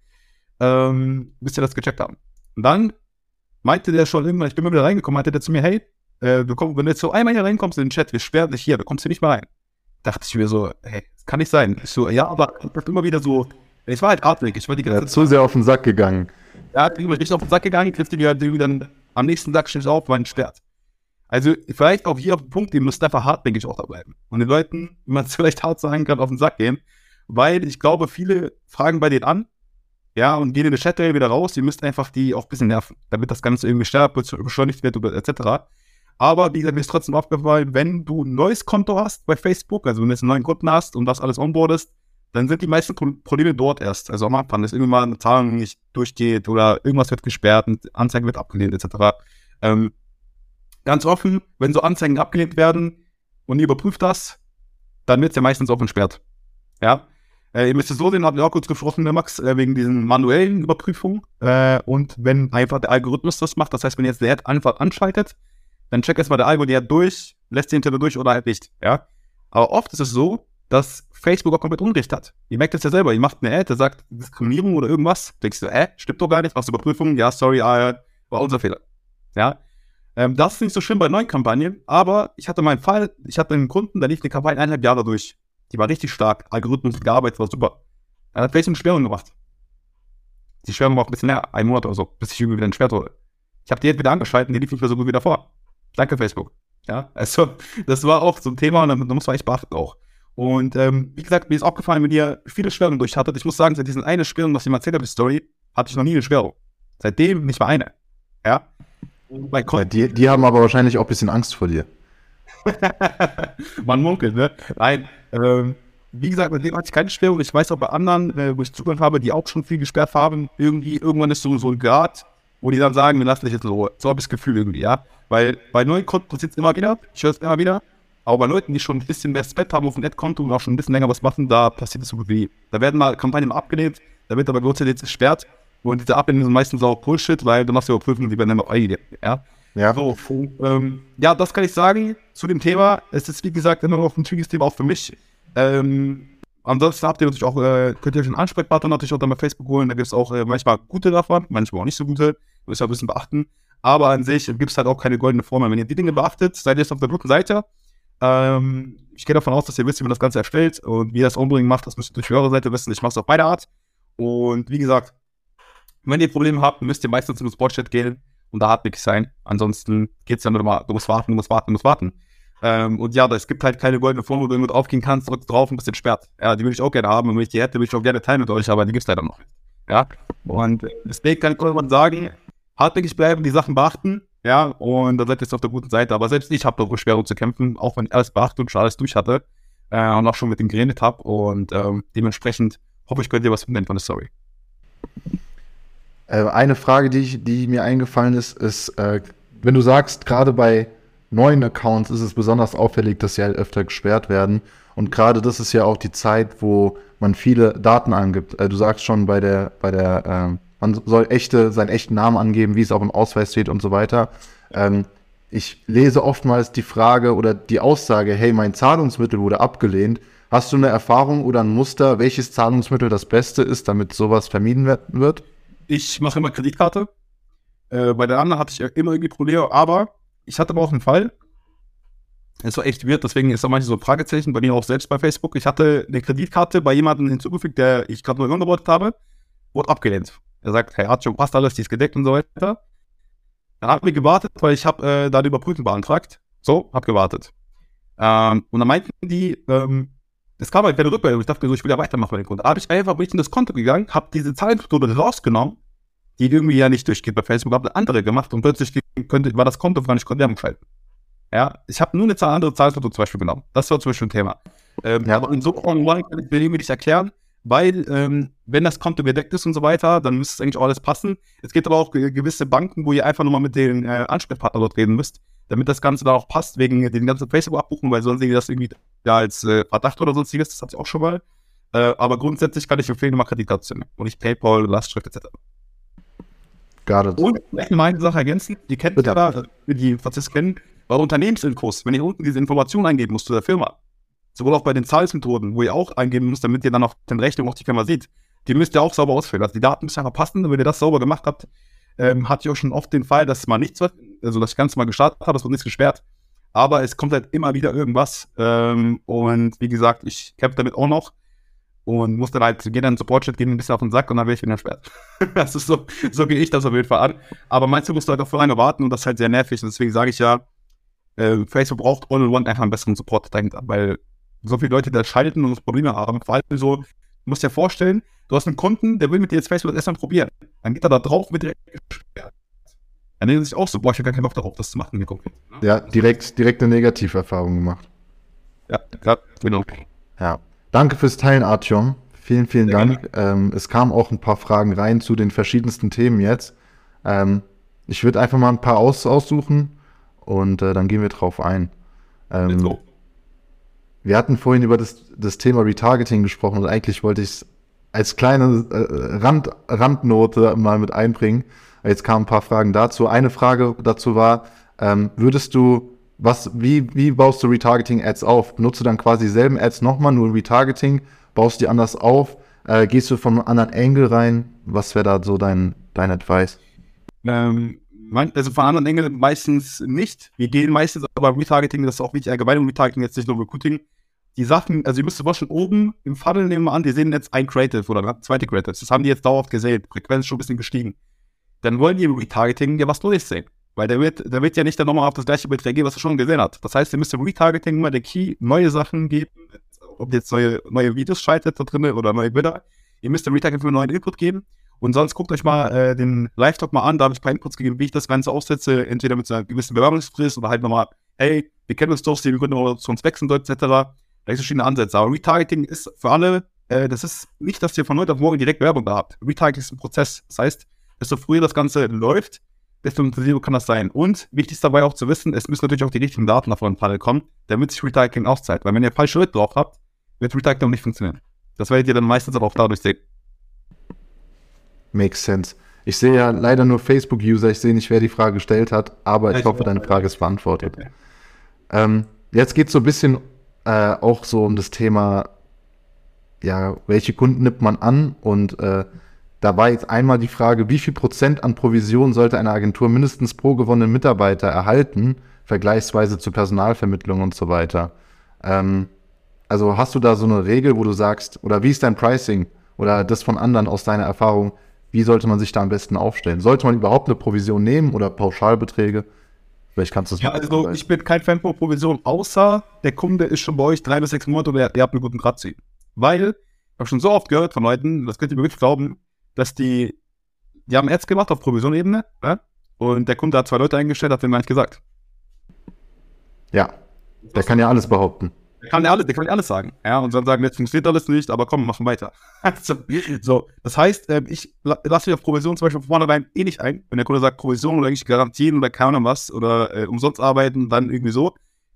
ähm, bis wir das gecheckt haben. Und dann meinte der schon irgendwann, ich bin mal wieder reingekommen, meinte der zu mir, hey, äh, du komm, wenn du jetzt so einmal hier reinkommst in den Chat, wir sperren dich hier, du kommst hier nicht mal rein. Dachte ich mir so, hey, das kann nicht sein. Ich so, ja, aber ich bin immer wieder so, ich war halt artlich, ich war die ganze Zeit zu sehr auf den Sack gegangen. Ja, ich bin richtig auf den Sack gegangen, trifft die halt dann am nächsten Tag steht auf, weil ihn sperrt. Also vielleicht auch hier auf den Punkt, die müssen einfach hartnäckig auch da bleiben. Und den Leuten, wie man es vielleicht hart sagen kann, auf den Sack gehen, weil ich glaube, viele fragen bei denen an, ja, und gehen in den Chat wieder raus, ihr müsst einfach die auch ein bisschen nerven, damit das Ganze irgendwie stärker beschleunigt wird, et cetera. Aber wie gesagt, mir ist trotzdem aufgefallen, wenn du ein neues Konto hast bei Facebook, also wenn du jetzt einen neuen Kunden hast und das alles onboardest, dann sind die meisten Probleme dort erst. Also am Anfang, dass irgendwie mal eine Zahlung nicht durchgeht oder irgendwas wird gesperrt und Anzeige wird abgelehnt, et cetera. Ähm, ganz offen, wenn so Anzeigen abgelehnt werden und ihr überprüft das, dann wird es ja meistens auch entsperrt. Ja. Äh, ihr müsst es so sehen, hatten wir auch kurz gesprochen, der Max, äh, wegen diesen manuellen Überprüfungen. Äh, und wenn einfach der Algorithmus das macht, das heißt, wenn ihr jetzt der Ad einfach anschaltet, dann checkt erstmal der Algorithmus durch, lässt den hinterher durch oder halt nicht. Ja. Aber oft ist es so, dass Facebook auch komplett Unrecht hat. Ihr merkt das ja selber, ihr macht eine Ad, der sagt Diskriminierung oder irgendwas, denkst du, hä, stimmt doch gar nicht, machst du Überprüfung, ja, sorry, äh, war unser Fehler. Ja. Ähm, das ist nicht so schlimm bei neuen Kampagnen, aber ich hatte meinen Fall, ich hatte einen Kunden, da lief eine Kampagne eineinhalb Jahre durch. Die war richtig stark, Algorithmus gearbeitet, war super. Er hat Facebook eine Sperrung gemacht. Die Sperrung war auch ein bisschen länger, einen Monat oder so, bis ich irgendwie wieder entsperrt wurde. Ich habe die jetzt wieder angeschaltet, die lief nicht mehr so gut wie davor. Danke, Facebook. Ja, also, das war auch so ein Thema und da, da muss man echt beachten auch. Und, ähm, wie gesagt, mir ist aufgefallen, wenn ihr viele Sperrungen durch hattet, ich muss sagen, seit diesen eine Sperrung, was ich mal erzählt habe, die Story, hatte ich noch nie eine Sperrung. Seitdem nicht mal eine. Ja. Bei ja, die, die haben aber wahrscheinlich auch ein bisschen Angst vor dir. Man munkelt, ne? Nein, ähm, wie gesagt, bei dem hatte ich keine Sperrung. Ich weiß auch bei anderen, äh, wo ich Zugang habe, die auch schon viel gesperrt haben, irgendwie, irgendwann ist so, so ein Grad, wo die dann sagen, wir lassen dich jetzt in Ruhe. So habe ich das Gefühl irgendwie, ja. Weil bei neuen Kunden passiert es immer wieder, ich höre es immer wieder, aber bei Leuten, die schon ein bisschen mehr Spend haben auf dem Ad-Konto und auch schon ein bisschen länger was machen, da passiert es so gut wie. Da werden mal Kampagnen abgelehnt, da wird aber grundsätzlich gesperrt und diese Ablehnungen sind meistens auch Bullshit, weil du machst ja Überprüfungen, die werden immer eingegeben, ja. Ja. So, ähm, ja, das kann ich sagen zu dem Thema. Es ist, wie gesagt, immer noch ein schwieriges Thema auch für mich. Ähm, ansonsten habt ihr natürlich auch, äh, könnt ihr euch einen Ansprechpartner natürlich auch dann bei Facebook holen. Da gibt es auch äh, manchmal gute davon, manchmal auch nicht so gute. Müsst ihr ein bisschen beachten. Aber an sich gibt es halt auch keine goldene Formel. Wenn ihr die Dinge beachtet, seid ihr jetzt auf der guten Seite. Ähm, ich gehe davon aus, dass ihr wisst, wie man das Ganze erstellt. Und wie ihr das Onboarding macht, das müsst ihr durch eure Seite wissen. Ich mache es auf beide Art. Und wie gesagt, wenn ihr Probleme habt, müsst ihr meistens in den Sportchat gehen und da hartnäckig sein. Ansonsten geht es ja nur mal, du musst warten, du musst warten, du musst warten. Ähm, und ja, es gibt halt keine goldene Formel, wo du irgendwo draufgehen kannst, drückst drauf und bist entsperrt. Ja, die würde ich auch gerne haben. Und wenn ich die hätte, würde ich auch gerne teilen mit euch, aber die gibt es leider noch nicht. Ja, und deswegen kann ich irgendwann sagen, hartnäckig bleiben, die Sachen beachten. Ja, und dann seid ihr jetzt auf der guten Seite. Aber selbst ich habe doch Beschwerung zu kämpfen, auch wenn ich alles beachtet und schon alles durch hatte. Äh, und auch schon mit dem geredet habe. Und ähm, dementsprechend hoffe ich, könnt ihr was mitnehmen von der Story. Eine Frage, die, ich, die mir eingefallen ist, ist, äh, wenn du sagst, gerade bei neuen Accounts ist es besonders auffällig, dass sie halt öfter gesperrt werden Und gerade das ist ja auch die Zeit, wo man viele Daten angibt. Äh, du sagst schon bei der, bei der, ähm, man soll echte, seinen echten Namen angeben, wie es auch im Ausweis steht und so weiter. Ähm, ich lese oftmals die Frage oder die Aussage, hey, mein Zahlungsmittel wurde abgelehnt. Hast du eine Erfahrung oder ein Muster, welches Zahlungsmittel das Beste ist, damit sowas vermieden wird? Ich mache immer Kreditkarte. Äh, bei der anderen hatte ich immer irgendwie Probleme, aber ich hatte aber auch einen Fall. Es war echt weird, deswegen ist da manchmal so ein Fragezeichen, bei mir auch selbst bei Facebook. Ich hatte eine Kreditkarte bei jemandem hinzugefügt, der ich gerade neu umgebaut habe, wurde abgelehnt. Er sagt, hey, hat schon passt alles, die ist gedeckt und so weiter. Dann haben wir gewartet, weil ich habe äh, da die Überprüfung beantragt. So, hab gewartet. Ähm, und dann meinten die, ähm, es kam halt keine Rückmeldung. Ich dachte mir so, ich will ja weitermachen bei dem Kunden. Da habe ich einfach bin ich in das Konto gegangen, habe diese Zahlungsmethode rausgenommen, die irgendwie ja nicht durchgeht bei Facebook, habe eine andere gemacht und plötzlich könnte, war das Konto gar nicht Werbung schalten. Ja, ich habe nur eine Zahl, andere Zahlungsmethode zum Beispiel genommen. Das war zum Beispiel ein Thema. Ähm, ja. Aber in so kann ich mir nicht erklären, weil ähm, wenn das Konto gedeckt ist und so weiter, dann müsste es eigentlich auch alles passen. Es gibt aber auch ge- gewisse Banken, wo ihr einfach nochmal mit den äh, Ansprechpartnern dort reden müsst, damit das Ganze da auch passt, wegen den ganzen Facebook-Abbuchen, weil sonst irgendwie das irgendwie ja als äh, Verdacht oder sonstiges, das hatte ich auch schon mal. Äh, aber grundsätzlich kann ich empfehlen, immer Kreditkarte zu nehmen und nicht PayPal, Lastschrift et cetera. Got it. Und vielleicht noch eine Sache ergänzen, die kennt ihr da, die Franzis kennen, bei Unternehmensinfos, wenn ihr unten diese Informationen eingeben müsst zu der Firma, sowohl auch bei den Zahlungsmethoden, wo ihr auch eingeben müsst, damit ihr dann auch den Rechnung auch die Firma sieht, die müsst ihr auch sauber ausfüllen. Also die Daten müssen einfach passen, und wenn ihr das sauber gemacht habt, ähm, hatte ich auch schon oft den Fall, dass mal nichts, also dass ich ganz mal gestartet habe, es wird nichts gesperrt, aber es kommt halt immer wieder irgendwas ähm, und wie gesagt, ich kämpfe damit auch noch und muss dann halt, gehe dann in den Support-Chat, gehe ein bisschen auf den Sack und dann werde ich wieder gesperrt. Das ist so, so gehe ich das auf jeden Fall an. Aber meinst du, musst du halt auch für lange warten und das ist halt sehr nervig und deswegen sage ich ja, äh, Facebook braucht All-in-One einfach einen besseren Support dahinter, weil so viele Leute da schalten und Probleme haben. Vor allem so, du musst dir vorstellen, du hast einen Kunden, der will mit dir jetzt Facebook erstmal probieren. Dann geht er da drauf, wird direkt gesperrt. Dann denkt er sich auch so, boah, ich habe gar keinen Bock darauf, das zu machen. Ne? Ja, direkt, direkt eine Negativerfahrung gemacht. Ja, ja, genau. Ja. Danke fürs Teilen, Artyom. Vielen, vielen Sehr Dank. Ähm, es kamen auch ein paar Fragen rein zu den verschiedensten Themen jetzt. Ähm, ich würde einfach mal ein paar aus, aussuchen und äh, dann gehen wir drauf ein. Ähm, so. Wir hatten vorhin über das, das Thema Retargeting gesprochen und eigentlich wollte ich es als kleine äh, Rand, Randnote mal mit einbringen. Jetzt kamen ein paar Fragen dazu. Eine Frage dazu war, ähm, würdest du Was, wie, wie baust du Retargeting-Ads auf? Benutzt du dann quasi dieselben Ads nochmal, nur Retargeting? Baust du die anders auf? Äh, gehst du von einem anderen Angle rein? Was wäre da so dein, dein Advice? Ähm, also von anderen Angle meistens nicht. Wir gehen meistens aber Retargeting, das ist auch wichtig, allgemein um Retargeting, jetzt nicht nur Recruiting. Die Sachen, also ihr müsst vorstellen, oben im Funnel nehmen wir an, die sehen jetzt ein Creative oder zweite Creatives. Das haben die jetzt dauerhaft gesehen. Frequenz schon ein bisschen gestiegen. Dann wollen die im Retargeting ja was Neues sehen. Weil der wird, der wird ja nicht dann nochmal auf das gleiche Bild reagieren, was er schon gesehen hat. Das heißt, ihr müsst im Retargeting mal der Key neue Sachen geben, ob jetzt neue, neue Videos schaltet da drin oder neue Bilder. Ihr müsst im Retargeting einen neuen Input geben. Und sonst guckt euch mal äh, den Live-Talk mal an, da habe ich ein paar Inputs gegeben, wie ich das Ganze aufsetze, entweder mit so einer gewissen Bewerbungsfrist oder halt nochmal, hey, wir kennen uns doch, die Gründe zu uns wechseln dort et cetera. Da gibt es verschiedene Ansätze. Aber Retargeting ist für alle, äh, das ist nicht, dass ihr von heute auf morgen direkt Werbung da habt. Retargeting ist ein Prozess. Das heißt, desto früher das Ganze läuft, desto intensiver kann das sein. Und wichtig ist dabei auch zu wissen, es müssen natürlich auch die richtigen Daten auf euren Funnel kommen, damit sich Retargeting auszahlt. Weil wenn ihr falsche Leute drauf habt, wird Retargeting nicht funktionieren. Das werdet ihr dann meistens aber auch dadurch sehen. Makes sense. Ich sehe ja leider nur Facebook-User, ich sehe nicht, wer die Frage gestellt hat, aber ich, ich hoffe, deine Frage ist beantwortet. Okay. Ähm, jetzt geht es so ein bisschen äh, auch so um das Thema, ja, welche Kunden nimmt man an? Und äh, da war jetzt einmal die Frage, wie viel Prozent an Provision sollte eine Agentur mindestens pro gewonnenen Mitarbeiter erhalten, vergleichsweise zur Personalvermittlung und so weiter. Ähm, also hast du da so eine Regel, wo du sagst, oder wie ist dein Pricing oder das von anderen aus deiner Erfahrung, wie sollte man sich da am besten aufstellen? Sollte man überhaupt eine Provision nehmen oder Pauschalbeträge? Vielleicht kannst du das ja, mal also ich bin kein Fan von Provision, außer der Kunde ist schon bei euch drei bis sechs Monate oder ihr habt einen guten Draht zu ihm. Weil, ich habe schon so oft gehört von Leuten, das könnt ihr mir wirklich glauben, dass die, die haben Ads gemacht auf Provisionebene, ne? Und der Kunde hat zwei Leute eingestellt, hat denen gar nicht gesagt. Ja, der kann ja alles behaupten. Der kann ja alles, der kann ja alles sagen. Ja, und dann sagen, jetzt funktioniert alles nicht, aber komm, machen weiter. so, so, das heißt, äh, ich lasse mich auf Provision zum Beispiel von vornherein eh nicht ein. Wenn der Kunde sagt, Provision oder irgendwelche Garantien oder keine Ahnung was oder äh, umsonst arbeiten, dann irgendwie so.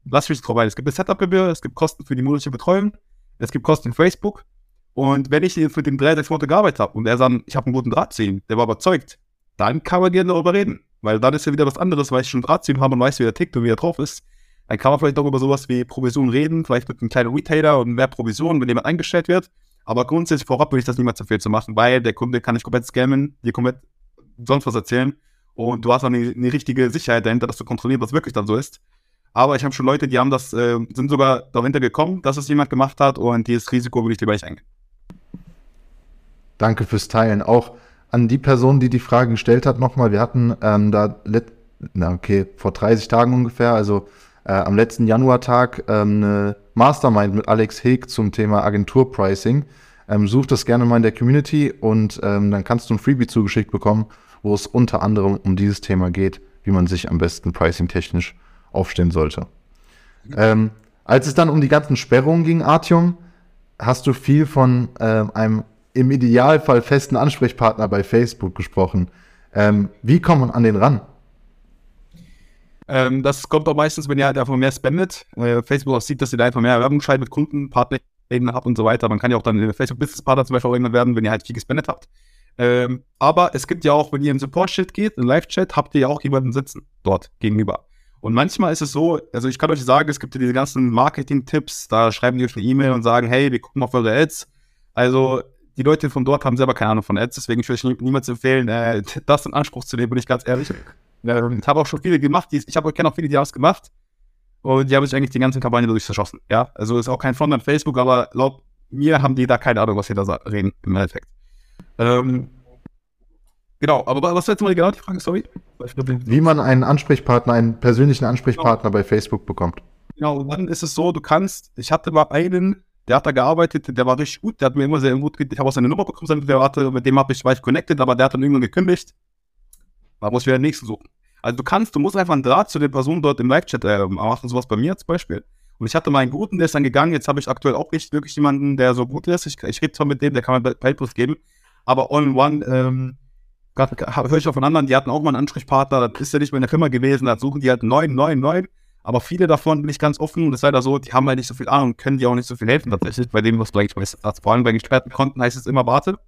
lass mich drauf ein. Es gibt eine Setup-Gebühr, es gibt Kosten für die monatliche Betreuung, es gibt Kosten in Facebook. Und wenn ich jetzt mit dem drei, sechs Monate gearbeitet habe und er sagt, ich habe einen guten Draht zu ihm, der war überzeugt, dann kann man gerne darüber reden. Weil dann ist ja wieder was anderes, weil ich schon einen Draht zu ihm habe und weiß, wie er tickt und wie er drauf ist. Dann kann man vielleicht auch über sowas wie Provision reden, vielleicht mit einem kleinen Retailer und mehr Provision, wenn jemand eingestellt wird. Aber grundsätzlich vorab würde ich das niemals empfehlen zu machen, weil der Kunde kann nicht komplett scammen, dir komplett sonst was erzählen. Und du hast auch eine, eine richtige Sicherheit dahinter, dass du kontrollierst, was wirklich dann so ist. Aber ich habe schon Leute, die haben das, äh, sind sogar dahinter gekommen, dass es jemand gemacht hat und dieses Risiko würde ich lieber nicht eingehen. Danke fürs Teilen. Auch an die Person, die die Frage gestellt hat, nochmal. Wir hatten ähm, da, let- na okay, vor dreißig Tagen ungefähr, also äh, am letzten Januartag, ähm, eine Mastermind mit Alex Heek zum Thema Agenturpricing. Ähm, such das gerne mal in der Community und ähm, dann kannst du ein Freebie zugeschickt bekommen, wo es unter anderem um dieses Thema geht, wie man sich am besten pricing-technisch aufstellen sollte. Mhm. Ähm, als es dann um die ganzen Sperrungen ging, Artyom, hast du viel von äh, einem im Idealfall festen Ansprechpartner bei Facebook gesprochen. Ähm, wie kommt man an den ran? Ähm, das kommt auch meistens, wenn ihr halt einfach mehr spendet. Äh, Facebook auch sieht, dass ihr da einfach mehr Werbung schaltet mit Kunden, Partner habt und so weiter. Man kann ja auch dann Facebook-Business-Partner zum Beispiel auch irgendwann werden, wenn ihr halt viel gespendet habt. Ähm, aber es gibt ja auch, wenn ihr in Support-Chat geht, in Live-Chat, habt ihr ja auch jemanden sitzen dort gegenüber. Und manchmal ist es so, also ich kann euch sagen, es gibt ja diese ganzen Marketing-Tipps, da schreiben die euch eine E-Mail und sagen, hey, wir gucken auf eure Ads. Also die Leute von dort haben selber keine Ahnung von Ads, deswegen würde ich nie, niemals empfehlen, äh, das in Anspruch zu nehmen, bin ich ganz ehrlich. Ähm, ich habe auch schon viele gemacht, die, ich habe kenne auch viele, die haben es gemacht und die haben sich eigentlich die ganze Kampagne dadurch zerschossen. Ja, also ist auch kein Front an Facebook, aber laut mir haben die da keine Ahnung, was sie da reden, im Endeffekt. Ähm, genau, aber was war jetzt mal genau die Frage, sorry? Wie man einen Ansprechpartner, einen persönlichen Ansprechpartner genau. bei Facebook bekommt. Genau, und dann ist es so, du kannst, ich hatte mal einen, der hat da gearbeitet, der war richtig gut, der hat mir immer sehr gut, ich habe auch seine Nummer bekommen, der hatte, mit dem habe ich, war ich connected, aber der hat dann irgendwann gekündigt. Da muss ich wieder den nächsten suchen. Also du kannst, du musst einfach einen Draht zu den Personen dort im Live-Chat äh, machen, sowas bei mir zum Beispiel. Und ich hatte mal einen guten, der ist dann gegangen, jetzt habe ich aktuell auch nicht wirklich jemanden, der so gut ist. Ich, ich rede zwar mit dem, der kann mir Paypost geben, aber All-in-One, ähm, höre ich auch von anderen, die hatten auch mal einen Ansprechpartner, das ist ja nicht mehr in der Firma gewesen, da suchen die halt neun, neun, neun. Aber viele davon bin ich ganz offen und es ist leider so, die haben halt nicht so viel Ahnung, können die auch nicht so viel helfen tatsächlich. Bei dem, was du eigentlich weißt, vor allem bei gesperrten Konten heißt es immer, warte.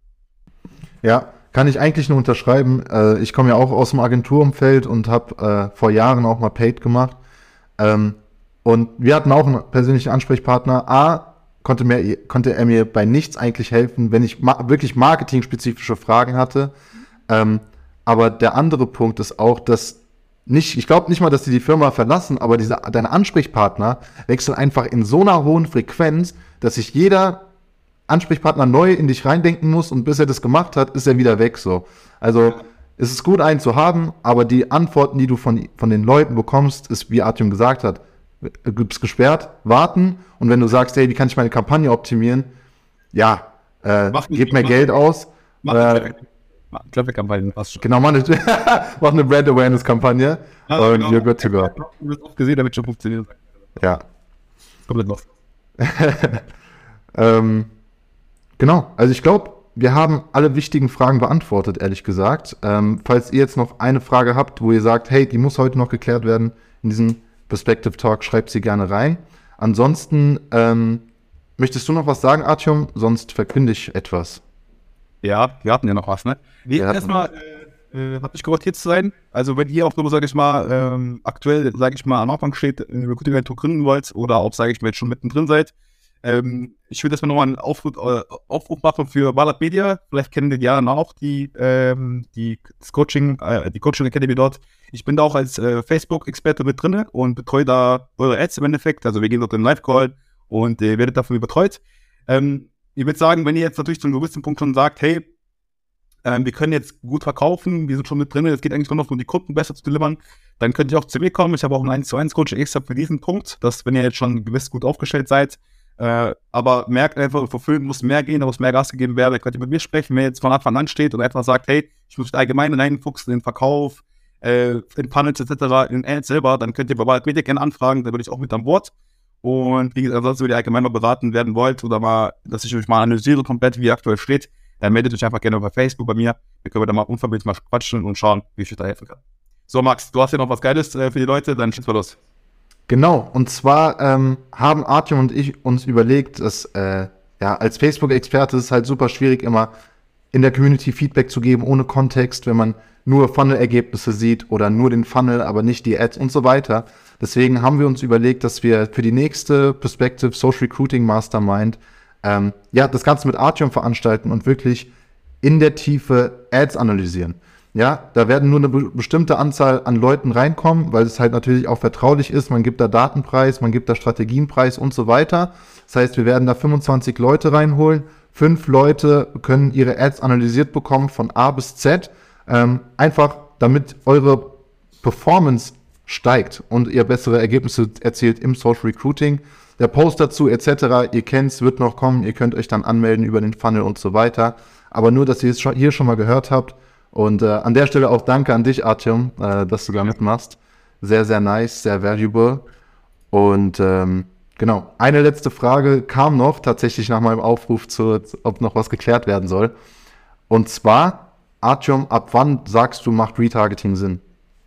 Ja, kann ich eigentlich nur unterschreiben. Äh, ich komme ja auch aus dem Agenturumfeld und habe äh, vor Jahren auch mal Paid gemacht. Ähm, und wir hatten auch einen persönlichen Ansprechpartner. A, konnte, mir, konnte er mir bei nichts eigentlich helfen, wenn ich ma- wirklich marketing-spezifische Fragen hatte. Ähm, aber der andere Punkt ist auch, dass nicht, ich glaube nicht mal, dass die die Firma verlassen, aber diese, deine Ansprechpartner wechseln einfach in so einer hohen Frequenz, dass sich jeder Ansprechpartner neu in dich reindenken muss und bis er das gemacht hat, ist er wieder weg so. Also es ist gut, einen zu haben, aber die Antworten, die du von, von den Leuten bekommst, ist, wie Artyom gesagt hat, du bist gesperrt, warten und wenn du sagst, hey, wie kann ich meine Kampagne optimieren? Ja, äh, gib mir Geld aus. Äh, Traffic-Kampagnen passt schon. Genau, mach eine, mach eine Brand-Awareness-Kampagne ja, und genau. you're good to go. Du hast oft gesehen, damit schon funktioniert. Ja. Komplett los. ähm, genau, also ich glaube, wir haben alle wichtigen Fragen beantwortet, ehrlich gesagt. Ähm, falls ihr jetzt noch eine Frage habt, wo ihr sagt, hey, die muss heute noch geklärt werden in diesem Perspective Talk, schreibt sie gerne rein. Ansonsten, ähm, möchtest du noch was sagen, Artyom? Sonst verkünde ich etwas. Ja, wir hatten ja noch was, ne? Nee, erstmal, äh, äh, hat mich gehört, hier zu sein. Also, wenn ihr auch nur, sage ich mal, ähm, aktuell, sage ich mal, am Anfang steht, eine Recruiting-Agentur gründen wollt oder ob, sage ich mal, jetzt schon mittendrin seid, ähm, ich würde erstmal nochmal einen Aufruf, äh, Aufruf machen für Wallet Media. Vielleicht kennen die ja auch die, ähm, die das Coaching, äh, die Coaching Academy dort. Ich bin da auch als äh, Facebook-Experte mit drin und betreue da eure Ads im Endeffekt. Also, wir gehen dort in den Live-Call und ihr äh, werdet davon betreut. Ähm, Ich würde sagen, wenn ihr jetzt natürlich zu einem gewissen Punkt schon sagt, hey, ähm, wir können jetzt gut verkaufen, wir sind schon mit drin, es geht eigentlich nur noch um die Kunden besser zu delivern, dann könnt ihr auch zu mir kommen. Ich habe auch ein eins zu eins Coaching extra für diesen Punkt, dass wenn ihr jetzt schon gewiss gut aufgestellt seid, äh, aber merkt einfach, verfüllen muss mehr gehen, da muss mehr Gas gegeben werden, dann könnt ihr mit mir sprechen. Wenn ihr jetzt von Anfang an steht und einfach sagt, hey, ich muss allgemein reinfuchsen in den Verkauf, äh, in Funnels et cetera, in Ads selber, dann könnt ihr bei Wallet Media gerne anfragen, da bin ich auch mit an Bord. Und wie gesagt, ansonsten, wenn ihr allgemein mal beraten werden wollt oder mal, dass ich euch mal analysiere komplett, wie aktuell steht, dann meldet euch einfach gerne bei Facebook bei mir. Wir können da mal unverbindlich mal quatschen und schauen, wie ich euch da helfen kann. So, Max, du hast ja noch was Geiles äh, für die Leute, dann schieß mal los. Genau, und zwar ähm, haben Artyom und ich uns überlegt, dass äh, ja, als Facebook-Experte ist es halt super schwierig, immer in der Community Feedback zu geben, ohne Kontext, wenn man nur Funnel-Ergebnisse sieht oder nur den Funnel, aber nicht die Ads und so weiter. Deswegen haben wir uns überlegt, dass wir für die nächste Perspective Social Recruiting Mastermind ähm, ja, das Ganze mit Artyom veranstalten und wirklich in der Tiefe Ads analysieren. Ja, da werden nur eine be- bestimmte Anzahl an Leuten reinkommen, weil es halt natürlich auch vertraulich ist. Man gibt da Datenpreis, man gibt da Strategienpreis und so weiter. Das heißt, wir werden da fünfundzwanzig Leute reinholen. Fünf Leute können ihre Ads analysiert bekommen von A bis Z. Ähm, einfach, damit eure Performance steigt und ihr bessere Ergebnisse erzielt im Social Recruiting. Der Post dazu et cetera, ihr kennt es, wird noch kommen. Ihr könnt euch dann anmelden über den Funnel und so weiter. Aber nur, dass ihr es schon, hier schon mal gehört habt. Und äh, an der Stelle auch danke an dich, Artyom, äh, dass du da mitmachst. Sehr, sehr nice, sehr valuable. Und ähm, genau, eine letzte Frage kam noch tatsächlich nach meinem Aufruf, zu, ob noch was geklärt werden soll. Und zwar, Artyom, ab wann sagst du, macht Retargeting Sinn?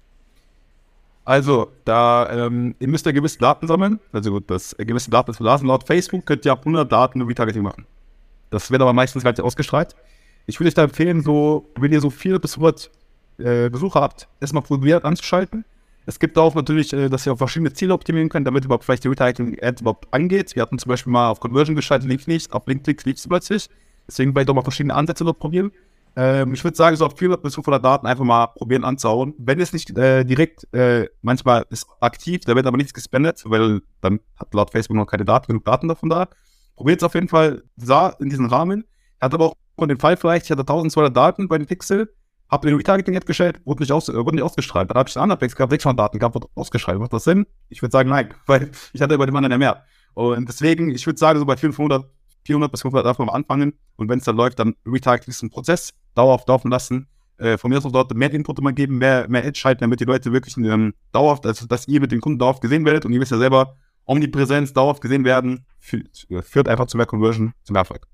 Also, da, ähm, ihr müsst ja gewisse Daten sammeln. Also gut, das äh, gewisse Daten ist verlassen. Laut Facebook könnt ihr ab hundert Daten Retargeting machen. Das wird aber meistens gar nicht ausgestrahlt. Ich würde euch da empfehlen, so, wenn ihr so vierhundert bis hundert äh, Besucher habt, erstmal probiert anzuschalten. Es gibt auch natürlich, äh, dass ihr auf verschiedene Ziele optimieren könnt, damit überhaupt vielleicht die Retargeting-Ad überhaupt angeht. Wir hatten zum Beispiel mal auf Conversion geschaltet, lief nicht, auf Link-Klicks lief es plötzlich. Deswegen vielleicht auch mal verschiedene Ansätze dort probieren. Ähm, ich würde sagen, so auf vierhundert bis fünfhundert Daten einfach mal probieren anzuhauen. Wenn es nicht äh, direkt, äh, manchmal ist aktiv, da wird aber nichts gespendet, weil dann hat laut Facebook noch keine Daten, genug Daten davon da. Probiert es auf jeden Fall da in diesem Rahmen. Hat aber auch von dem Fall vielleicht, ich hatte eintausendzweihundert Daten bei den Pixel, habe den Retargeting-Ad gestellt, wurde nicht, aus, äh, wurde nicht ausgestrahlt. Dann habe ich einen anderen Pixel gehabt, sechshundert Daten gehabt, wurde ausgestrahlt. Macht das Sinn? Ich würde sagen, nein, weil ich hatte bei dem anderen ja mehr. Und deswegen, ich würde sagen, so bei vierhundert bis fünfhundert darf man mal anfangen. Und wenn es dann läuft, dann Retargeting ist ein Prozess, dauerhaft laufen lassen. Äh, von mir aus auch dort mehr Input immer geben, mehr, mehr Ads schalten, damit die Leute wirklich ähm, dauerhaft, also dass ihr mit den Kunden dauerhaft gesehen werdet. Und ihr wisst ja selber, Omnipräsenz, dauerhaft gesehen werden, führt, führt einfach zu mehr Conversion, zum Erfolg.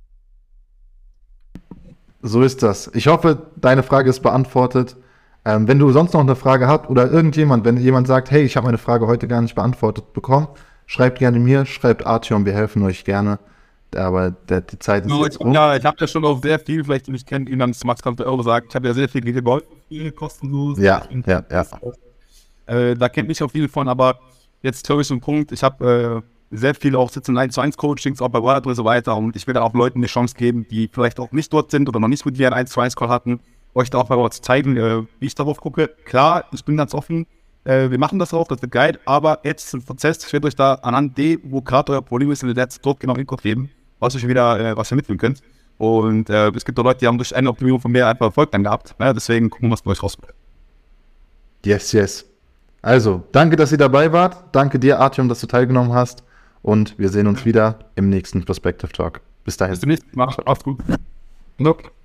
So ist das. Ich hoffe, deine Frage ist beantwortet. Ähm, wenn du sonst noch eine Frage hast oder irgendjemand, wenn jemand sagt, hey, ich habe meine Frage heute gar nicht beantwortet bekommen, schreibt gerne mir, schreibt Artyom, wir helfen euch gerne. Aber der, die Zeit ist No, jetzt ich, rum. ja, ich habe ja schon auch sehr viel, vielleicht nicht kennt ihn dann Max kannst du auch sagen, ich habe ja sehr viel geholfen, viel kostenlos. Ja, ja, ja. Äh, da kennt mich auch viel von, aber jetzt höre ich so einen Punkt, ich habe äh, sehr viel auch sitzen in eins zu eins Coachings, auch bei Word und so weiter und ich will da auch Leuten eine Chance geben, die vielleicht auch nicht dort sind oder noch nicht mit mir einen eins zu eins Call hatten, euch da auch mal zu zeigen, äh, wie ich darauf gucke. Klar, ich bin ganz offen, äh, wir machen das auch, das wird geil, aber jetzt ist ein Prozess, ich werde euch da anhand dem, wo gerade euer Problem ist, in der Netz dort genau Input geben, was euch wieder, äh, was ihr mitnehmen könnt. Und äh, es gibt auch Leute, die haben durch eine Optimierung von mir einfach Erfolg dann gehabt. Ja, deswegen gucken wir, was bei euch rauskommt. Yes, yes. Also, danke, dass ihr dabei wart. Danke dir, Artyom, dass du teilgenommen hast. Und wir sehen uns wieder im nächsten Perspective Talk. Bis dahin. Bis zum nächsten Mal. Macht's gut. Nope.